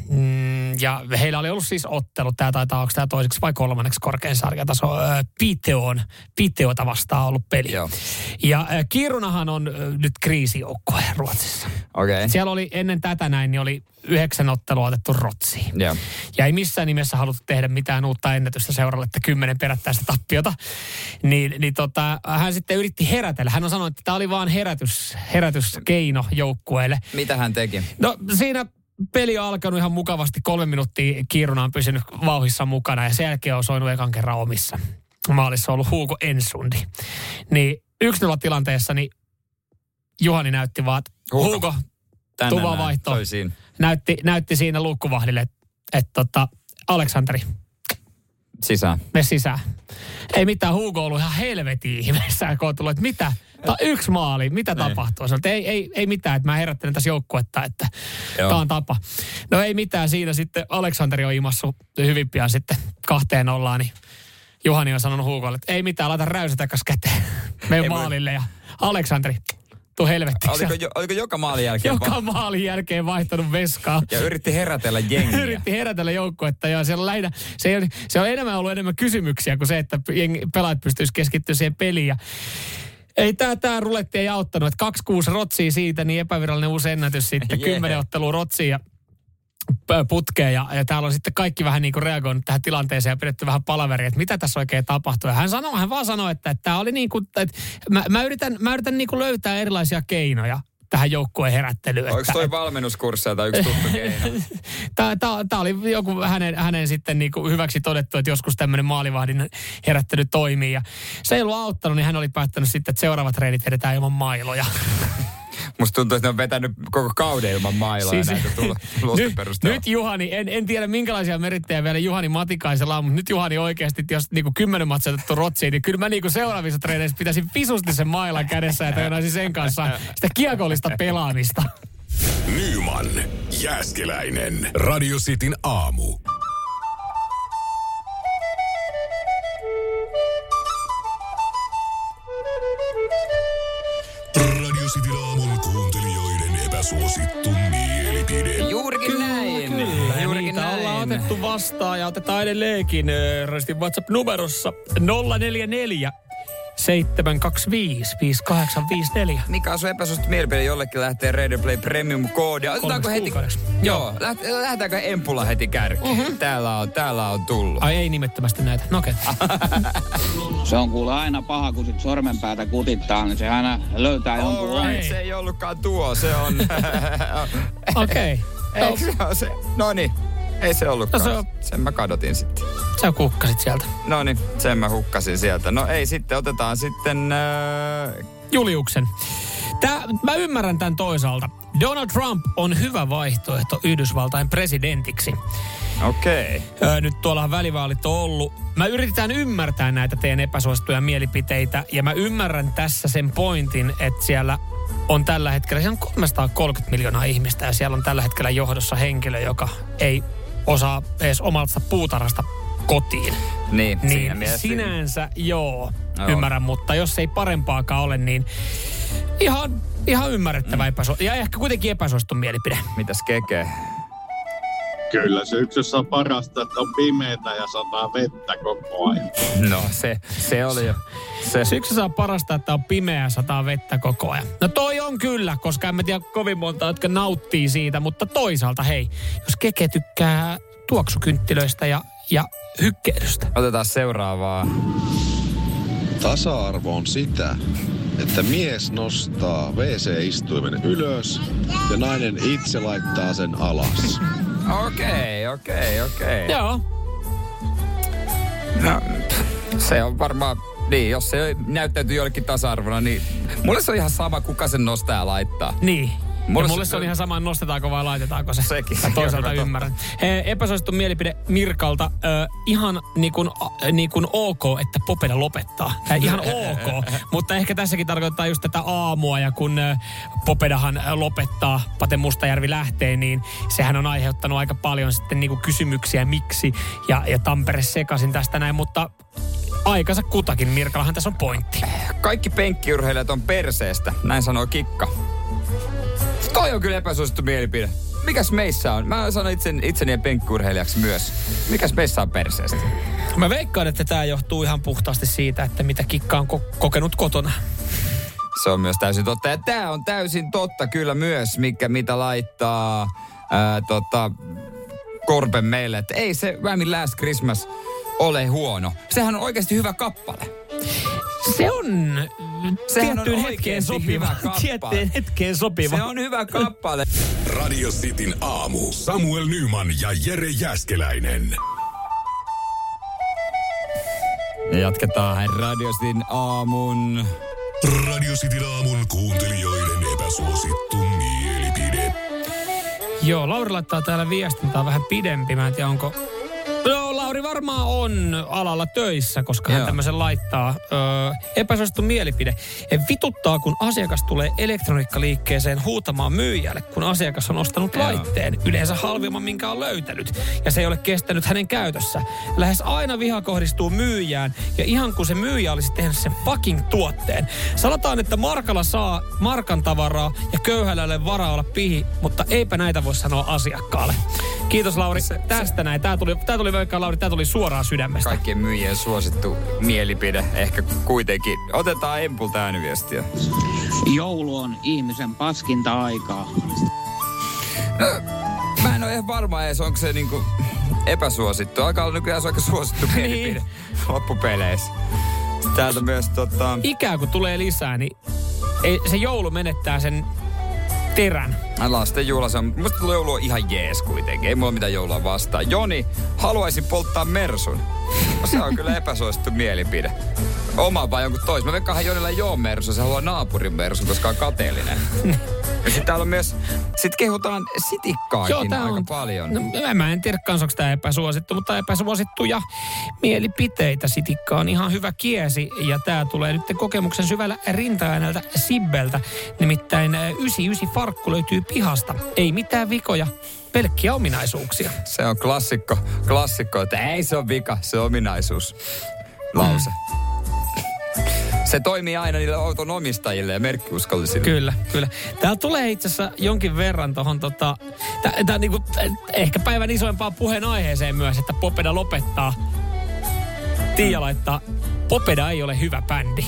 Mm, ja heillä oli ollut siis ottelu. Tämä taitaa, onko tämä toiseksi vai kolmanneksi korkein sarjataso. Piteon, Piteota vastaan ollut peli. Joo. Ja Kirunahan on nyt kriisijoukkue Ruotsissa. Okay. Siellä oli ennen tätä näin, niin oli yhdeksän ottelua otettu Rotsiin. Yeah. Ja ei missään nimessä haluttu tehdä mitään uutta ennätystä seuralle, että kymmenen perättäistä tappiota. Niin, niin tota, hän sitten yritti herätellä. Hän on sanonut, että tämä oli vaan herätys, herätyskeino joukkueelle. Mitä hän teki? No siinä peli on alkanut ihan mukavasti. Kolme minuuttia Kiruna on pysynyt vauhissa mukana ja sen jälkeen on soinut ekan kerran omissa. Maalissa on ollut Hugo Ensundi. Niin yksi nolla tilanteessa niin Juhani näytti vaan, että Hugo, tuva vaihto. Näytti, näytti siinä luukkuvahdille, että et, tota, Aleksanteri. Sisään. Me sisään. Ei mitään, Hugo on ollut ihan helvetin ihmeessä, kun on tullut, että mitä? Tämä on yksi maali, mitä Nein. tapahtuu? Sanoin, että ei, ei, ei mitään, että mä herättelen tässä joukkuetta, että tämä on tapa. No ei mitään, siinä sitten Aleksanteri on imassut hyvin pian sitten kahteen nollaan, niin Juhani on sanonut Hugolle, että ei mitään, laita räysätäkäs käteen. Mene maalille ja Aleksanteri. Helvetti. Oliko, jo, oliko joka maalin jälkeen? Joka va- maalin jälkeen vaihtanut veskaa. Ja yritti herätellä jengiä. Yritti herätellä joukkuetta. Ja siellä on lähinnä, se, on, se on enemmän ollut enemmän kysymyksiä kuin se, että jengi, pelaajat pystyisi keskittyä siihen peliin. Ja ei tämä tää ruletti ei auttanut. Että kaksi kuusi rotsia siitä, niin epävirallinen uusi ennätys sitten. Yeah. Kymmenen ottelua rotsia ja putkeen. Ja, ja täällä on sitten kaikki vähän niin kuin reagoinut tähän tilanteeseen ja pidetty vähän palaveria, että mitä tässä oikein tapahtuu. Ja hän sanoi, hän vaan sanoi, että tämä oli niin kuin, että mä, mä yritän, mä yritän niin kuin löytää erilaisia keinoja tähän joukkueen herättelyyn. Oliko toi valmennuskursseilta yksi tuttu keino? Tämä oli joku hänen, hänen sitten niin kuin hyväksi todettu, että joskus tämmöinen maalivahdin herättely toimii. Ja se ei ollut auttanut, niin hän oli päättänyt sitten, että seuraavat treenit vedetään ilman mailoja. Musta tuntuu, että ne on vetänyt koko kauden ilman mailoja siis, näitä tulosten perusteella. Nyt Juhani, en, en tiedä minkälaisia merittejä vielä Juhani Matikaisella on, mutta nyt Juhani oikeasti, jos niinku kymmenen matsia otettu rotsiin, niin kyllä mä niinku seuraavissa treeneissä pitäisin visusti sen mailan kädessä ja treenaisin sen kanssa sitä kiekollista pelaamista. Nyman, Jääskeläinen, Radio Cityn aamu. Radio Cityn aamun kuuntelijoiden epäsuosittu mielipide. otettu vastaan ja otetaan edelleenkin Restin WhatsApp-numerossa nolla neljä neljä seitsemän kaksi viisi viisi kahdeksan viisi neljä. Mikä on sun epäsuosittu mielipide? Jollekin lähtee Radio Play Premium-koodia. Otetaanko heti? Joo. Lähdetäänkö Empulla heti kärkeen? Uh-huh. Täällä on, täällä on tullut. Ai ei nimettömästi näitä. No okei. Okay. Se on kuule aina paha, kun sit sormenpäätä kutittaa, niin se aina löytää oh, jonkun right. Se ei ollutkaan tuo, se on... Okei. Okay. Eikö se ole se? Noniin. Ei se ollutkaan. No se on... Sen mä kadotin sitten. Sä hukkasit sieltä. Noniin, sen mä hukkasin sieltä. No ei sitten, otetaan sitten... Äh... Juliuksen. Tää, mä ymmärrän tämän toisaalta. Donald Trump on hyvä vaihtoehto Yhdysvaltain presidentiksi. Okei. Okay. Nyt tuollahan välivaalit on ollut. Mä yritetään ymmärtää näitä teidän epäsuosittuja mielipiteitä. Ja mä ymmärrän tässä sen pointin, että siellä on tällä hetkellä, siellä on kolmesataakolmekymmentä miljoonaa ihmistä. Ja siellä on tällä hetkellä johdossa henkilö, joka ei osaa edes omalta puutarhasta kotiin. Niin, niin sinänsä joo, joo, ymmärrän, mutta jos ei parempaakaan ole, niin ihan, ihan ymmärrettävä mm. epäsuosittu. Ja ehkä kuitenkin epäsuosittu mielipide. Mitäs Keke? Kyllä syksyssä on parasta, että on pimeätä ja sataa vettä koko ajan. No se, se oli jo. Se. Syksyssä on parasta, että on pimeä ja sataa vettä koko ajan. No toi on kyllä, koska en mä tiedä kovin monta, jotka nauttii siitä, mutta toisaalta hei, jos Keke tykkää tuoksukynttilöistä ja, ja hykkeilystä. Otetaan seuraavaa. Tasa-arvo on sitä, että mies nostaa wee see-istuimen ylös ja nainen itse laittaa sen alas. Okei, okei, okei. Joo. No, se on varmaan, niin, jos se näyttäytyy jollekin tasa-arvona, niin mulle se on ihan sama, kuka sen nostaa ja laittaa. Niin. Mulle, ja mulle se on ihan sama, nostetaanko vai laitetaanko se. Sekin. Mä toisaalta ymmärrän. He, epäsuosittu mielipide Mirkalta. Ö, ihan niin kuin, niin kuin ok, että Popeda lopettaa. Äh, ihan ok. Mutta ehkä tässäkin tarkoittaa just tätä aamua. Ja kun ö, Popedahan lopettaa, Pate Mustajärvi lähtee, niin sehän on aiheuttanut aika paljon sitten niin kuin kysymyksiä, miksi. Ja, ja Tampere sekaisin tästä näin, mutta... Aikansa kutakin, Mirkallahan tässä on pointti. Kaikki penkkiurheilijat on perseestä, näin sanoo Kikka. Toi on kyllä epäsuosittu mielipide. Mikäs meissä on? Mä sanon itsen, itseni penkkiurheilijaksi myös. Mikäs meissä on perseestä? Mä veikkaan, että tää johtuu ihan puhtaasti siitä, että mitä Kikka on ko- kokenut kotona. Se on myös täysin totta. Ja tää on täysin totta kyllä myös, mikä mitä laittaa ää, tota, Korpen meille. Että ei se Whammin Last Christmas ole huono. Sehän on oikeasti hyvä kappale. Se on tiettyyn hetkeen sopiva. Tiettyyn hetkeen sopiva. Se on hyvä kappale. Radio Cityn aamu. Samuel Nyman ja Jere Jääskeläinen. Ja jatketaan Radio Cityn aamun. Radio Cityn aamun kuuntelijoiden epäsuosittu mielipide. Joo, Lauri laittaa täällä viestin. Tää on vähän pidempi. Mä en tiedä, onko... No, Lauri varmaan on alalla töissä, koska hän tämmöisen laittaa. Öö, epäsuosittu mielipide. Vituttaa, kun asiakas tulee elektroniikkaliikkeeseen huutamaan myyjälle, kun asiakas on ostanut Joo. laitteen. Yleensä halvimman, minkä on löytänyt. Ja se ei ole kestänyt hänen käytössä. Lähes aina viha kohdistuu myyjään. Ja ihan kun se myyjä olisi tehnyt sen fucking tuotteen. Sanotaan, että Markalla saa Markan tavaraa ja köyhälälle varaa olla pihi, mutta eipä näitä voi sanoa asiakkaalle. Kiitos Lauri se, tästä se. näin. Tää tuli, tää tuli veikkaan Lauri, tää tuli suoraan sydämestä. Kaikkien myyjien suosittu mielipide ehkä kuitenkin. Otetaan Empulta ääniviestiä. Joulu on ihmisen paskinta aikaa. No, mä en ole ihan varma edes, onko se niinku epäsuosittu. Alkaa olla nykyään se aika suosittu mielipide loppupeleissä. Täältä myös tota... Ikää kun tulee lisää, niin ei, se joulu menettää sen terän. Lasten juhla, se on, musta joulu on ihan jees kuitenkin. Ei mulla mitään joulua vastaan. Joni haluaisi polttaa Mersun. Se on kyllä epäsuosittu mielipide. Oma vai jonkun toisen. Mä veikkaan Jonilla ei oo Mersu, se haluaa naapurin Mersun, koska on kateellinen. Ja sit täällä on myös, sit kehutaan sitikkaakin Joo, aika on, paljon. No, mä en tiedä kans, onko tää epäsuosittu, mutta epäsuosittuja mielipiteitä. Sitikka on ihan hyvä kiesi ja tää tulee nyt kokemuksen syvällä rinta-ääneltä Sibbeltä. Nimittäin yhdeksänkymmentäyhdeksän farkku löytyy pihasta. Ei mitään vikoja, pelkkiä ominaisuuksia. Se on klassikko, klassikko, että ei se on vika, se on ominaisuus. Lause. Mm. Se toimii aina niille auton omistajille ja merkkiuskollisille. Kyllä, kyllä. Täällä tulee itse asiassa jonkin verran tohon tota, tää niinku, ehkä päivän isoimpaan puheenaiheeseen myös, että Popeda lopettaa. Tiia laittaa, Popeda ei ole hyvä bändi.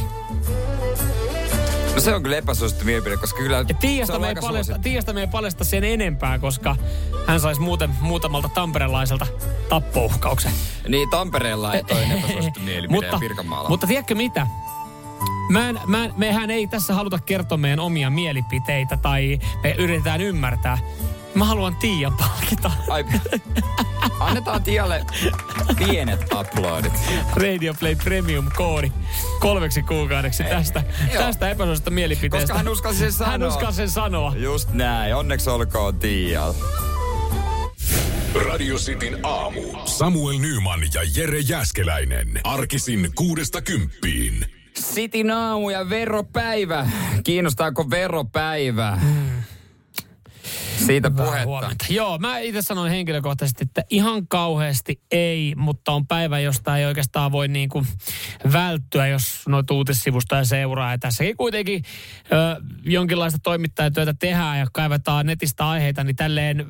No se on kyllä epäsuosittu mielipide, koska kyllä ja Tiiasta me, ei paljasta, Tiiasta me ei paljasta sen enempää, koska hän saisi muuten muutamalta tamperelaiselta tappouhkauksen. Niin, Tampereella ei toi epäsuosittu mielipide mutta, Pirkanmaalla. Mutta tiedätkö mitä? Mä en, mä en, mehän ei tässä haluta kertoa meidän omia mielipiteitä tai me yritetään ymmärtää. Mä haluan Tiian palkita. Ai, annetaan Tialle pienet uploadit. Radio Play Premium-koodi kolmeksi kuukaudeksi tästä, tästä epäsuosista mielipiteestä. Koska hän uskalsi sen sanoa. Hän uskalsi sen sanoa. Just näin. Onneksi olkoon Tiialla. Radio Cityn aamu. Samuel Nyman ja Jere Jääskeläinen. Arkisin kuudesta kymppiin. Cityn aamu ja veropäivä. Kiinnostaako veropäivä? Hmm. Siitä puhetta. Huomenta. Joo, mä itse sanoin henkilökohtaisesti, että ihan kauheasti ei, mutta on päivä, josta ei oikeastaan voi niin kuin välttyä, jos noita uutissivustoja seuraa. Ja tässäkin kuitenkin ö, jonkinlaista toimittajatyötä tehdään ja kaivetaan netistä aiheita, niin tälleen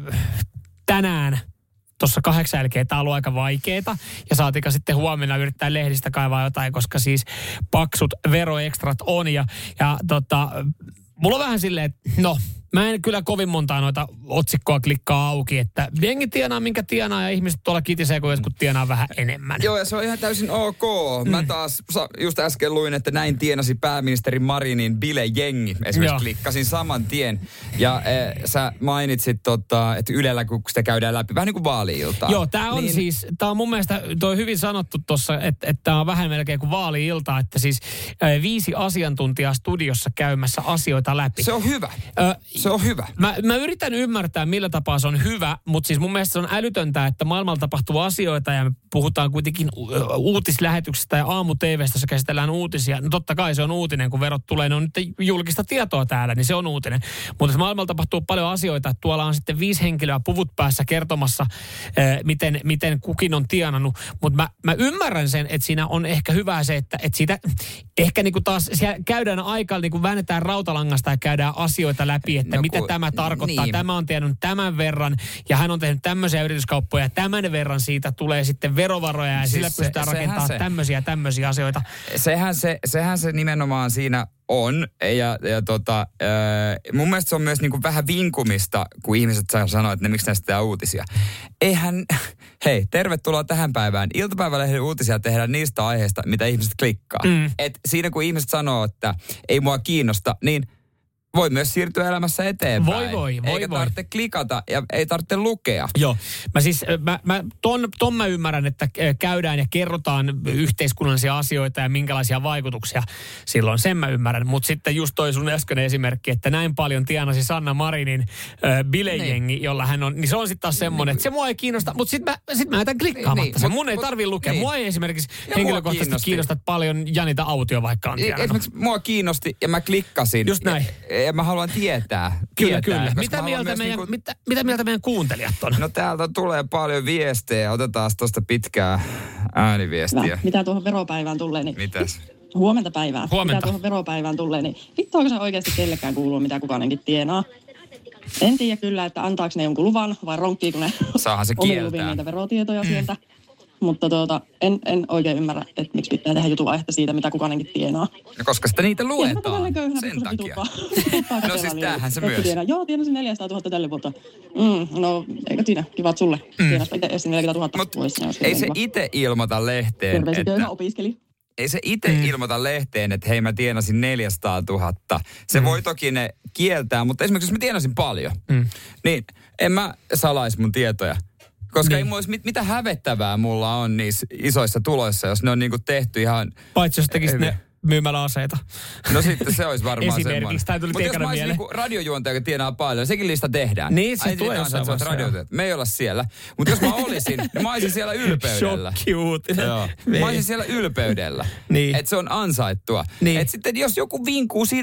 tänään tuossa kahdeksan jälkeen tämä on ollut aika vaikeeta. Ja saatika sitten huomenna yrittää lehdistä kaivaa jotain, koska siis paksut veroekstrat on. Ja, ja tota, mulla on vähän silleen, että no, mä en kyllä kovin montaa noita otsikkoa klikkaa auki, että jengi tienaa minkä tienaa ja ihmiset tuolla kitisee, kun jotkut tienaa vähän enemmän. Joo, ja se on ihan täysin ok. Mä taas just äsken luin, että näin tienasi pääministeri Marinin bilejengi. Esimerkiksi Joo. klikkasin saman tien. Ja e, sä mainitsit, tota, että Ylellä, kun sitä käydään läpi, vähän niin kuin vaali-iltaa. Joo, tää on niin, siis, tää on mun mielestä toi hyvin sanottu tuossa, että, että tää on vähän melkein kuin vaali-ilta, että siis ä, viisi asiantuntijaa studiossa käymässä asioita läpi. Se on hyvä. Ö, Se on hyvä. Mä, mä yritän ymmärtää, millä tapaa se on hyvä, mutta siis mun mielestä se on älytöntä, että maailmalla tapahtuu asioita ja me puhutaan kuitenkin uutislähetyksestä ja aamu-T V:stä, jossa käsitellään uutisia. No totta kai se on uutinen, kun verot tulee, ne on nyt julkista tietoa täällä, niin se on uutinen. Mutta maailmalla tapahtuu paljon asioita, että tuolla on sitten viisi henkilöä puvut päässä kertomassa, miten, miten kukin on tienannut. Mutta mä, mä ymmärrän sen, että siinä on ehkä hyvä se, että, että siitä ehkä niinku taas siellä käydään aikaa, niinku väännetään rautalangasta ja käydään asioita läpi, että no, mitä ku, tämä tarkoittaa. Niin. Tämä on tiennyt tämän verran ja hän on tehnyt tämmöisiä yrityskauppoja ja tämän verran siitä tulee sitten verovaroja ja siis sillä se, pystytään rakentamaan se, tämmöisiä tämmöisiä asioita. Sehän se, sehän se nimenomaan siinä on ja, ja tota, äh, mun mielestä se on myös niinku vähän vinkumista, kun ihmiset sanoo, että ne miksi näistä tehdään uutisia. Eihän, hei, tervetuloa tähän päivään. Iltapäivälehden uutisia tehdään niistä aiheista, mitä ihmiset klikkaa. Mm. Et siinä kun ihmiset sanoo, että ei mua kiinnosta, niin voi myös siirtyä elämässä eteenpäin. Voi voi, voi Eikä voi. tarvitse klikata ja ei tarvitse lukea. Joo. Mä siis, mä, mä, ton, ton mä ymmärrän, että käydään ja kerrotaan yhteiskunnallisia asioita ja minkälaisia vaikutuksia silloin. Sen mä ymmärrän. Mutta sitten just toi sun äskeinen esimerkki, että näin paljon tienasi Sanna Marinin äh, bilejengi, niin. jolla hän on, niin se on sitten taas semmoinen, että se mua ei kiinnosta. Mutta sitten mä, sit mä jätän klikkaamatta niin, sen. Mun ei tarvii lukea. Niin. Mua ei esimerkiksi ja henkilökohtaisesti kiinnosta paljon Janita Autio, vaikka on tienannut. Esimerkiksi mua kiinnosti ja mä klikkasin. Just näin. Ja, ja mä haluan tietää. Kyllä, tietää, kyllä. Mitä mieltä, meidän, niinku, mitä, mitä mieltä meidän kuuntelijat on? No täältä tulee paljon viestejä. Otetaan tuosta pitkää ääniviestiä. Hyvä. Mitä tuohon veropäivään tulee, niin... Mitäs? Huomenta päivään. Huomenta. Mitä tuohon veropäivään tulee, niin vittuako se oikeasti kellekään kuuluu, mitä kukaanenkin tienaa? En tiedä kyllä, että antaako ne jonkun luvan vai ronkkiiko ne Saahan se omiin niitä verotietoja mm. sieltä. Mutta tuota, en, en oikein ymmärrä, että miksi pitää tehdä jutun aihetta siitä, mitä kukaanenkin tienaa. No koska sitä niitä luetaan. En köyhänä, sen takia. Tuppaa. No siis tämähän se myös. Tienaa. Joo, tienasin neljäsataatuhatta tälle vuotta. Mm, no, eikö siinä? Kivat sulle. Mm. Tienaspa itse edes neljäkymmentätuhatta. Mut ei se itse ilmoita lehteen. Terveisiä köyhä opiskeli. Ei se itse mm. ilmoita lehteen, että hei mä tienasin neljäsataatuhatta. Se mm. voi toki ne kieltää, mutta esimerkiksi jos mä tienasin paljon, mm. niin en mä salaisi mun tietoja. Koska niin. ei mulla mit, mitä hävettävää mulla on niissä isoissa tuloissa, jos ne on niinku tehty ihan... Paitsi jos tekisit ne myymällä aseita. No sitten se olisi varmaan semmoinen. Esimerkiksi, tai tuli Mutta jos mä olisin niinku radiojuontaja, joka tienaa paljon, sekin lista tehdään. Niin, se tulee jossain vaiheessa. Me ei olla siellä. Mutta jos mä olisin, niin mä olisin siellä ylpeydellä. Shokki-uutinen. Joo. Mä olisin siellä ylpeydellä. Niin. Että se on ansaittua. Niin. Että sitten jos joku vinkuu siinä, niin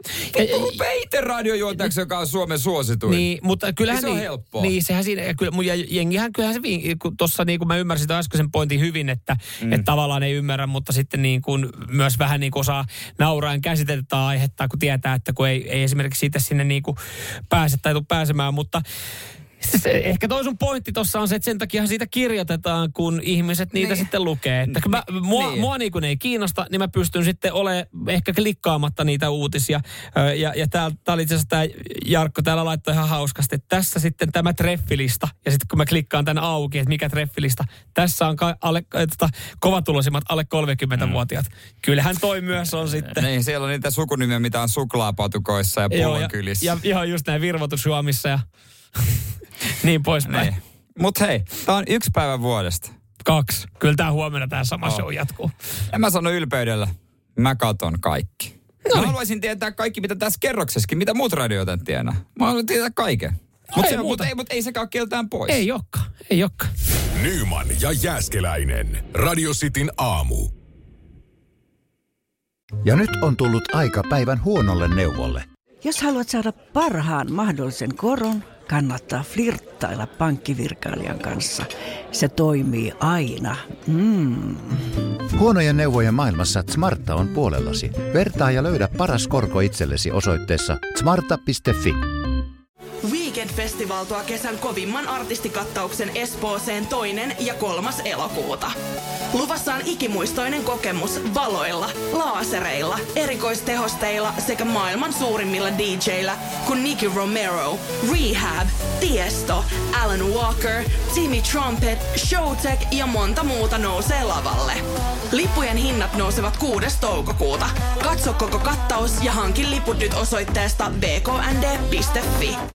Kun Peiter radiojuontajaksi, joka on Suomen suosituin. Niin, mutta kyllähän... Se on niin, helppoa. Niin, sehän siinä... Ja, kyllä, ja jengihän kyllähän se... Tuossa niin kuin mä ymmärsin tämän äskeisen pointin hyvin, että mm. et tavallaan ei ymmärrä, mutta sitten niin kuin myös vähän niin kuin osaa nauraen käsitellä tätä aihetta, kun tietää, että kun ei, ei esimerkiksi siitä sinne niin kuin pääse tai tule pääsemään, mutta... Se, ehkä toi sun pointti tuossa on se, että sen takia siitä kirjoitetaan, kun ihmiset niitä niin. sitten lukee. Että mä, mua, niin. mua niin kun ei kiinnosta, niin mä pystyn sitten olemaan ehkä klikkaamatta niitä uutisia. Ja, ja tää, tää oli itse asiassa tää Jarkko täällä laittoi ihan hauskasti, että tässä sitten tämä treffilista. Ja sitten kun mä klikkaan tän auki, että mikä treffilista. Tässä on ka- alle, tota, kovatuloisimmat alle kolmekymmentävuotiaat. Mm. Kyllähän toi myös on sitten. Niin, siellä on niitä sukunimiä, mitä on suklaapatukoissa ja pullonkylissä. Ja, ja, ja just näin virvoitusjuomissa ja... niin poispäin. Niin. Mut hei, tää on yksi päivä vuodesta. Kaksi. Kyllä tää huomenna tää sama oh. show jatkuu. Ja mä sanon ylpeydellä, mä katon kaikki. No. Mä haluaisin tietää kaikki, mitä tässä kerroksessakin, mitä muut radioitan tienaa. Mä haluan tietää kaiken. No Mutta ei, mut ei, mut ei sekaan keltään pois. Ei olekaan, ei olekaan. Nyman ja Jääskeläinen. Radio Cityn aamu. Ja nyt on tullut aika päivän huonolle neuvolle. Jos haluat saada parhaan mahdollisen koron, kannattaa flirttailla pankkivirkailijan kanssa. Se toimii aina. Mm. Huonojen neuvojen maailmassa Smarta on puolellasi. Vertaa ja löydä paras korko itsellesi osoitteessa smarta piste fi. Weekend-festival tuo kesän kovimman artistikattauksen Espooseen toinen ja kolmas elokuuta. Luvassa on ikimuistoinen kokemus valoilla, laasereilla, erikoistehosteilla sekä maailman suurimmilla D J:illä kuin Nicky Romero, Rehab, Tiesto, Alan Walker, Timmy Trumpet, Showtek ja monta muuta nousee lavalle. Lippujen hinnat nousevat kuudes toukokuuta. Katso koko kattaus ja hankin liput nyt osoitteesta b k n d piste f i.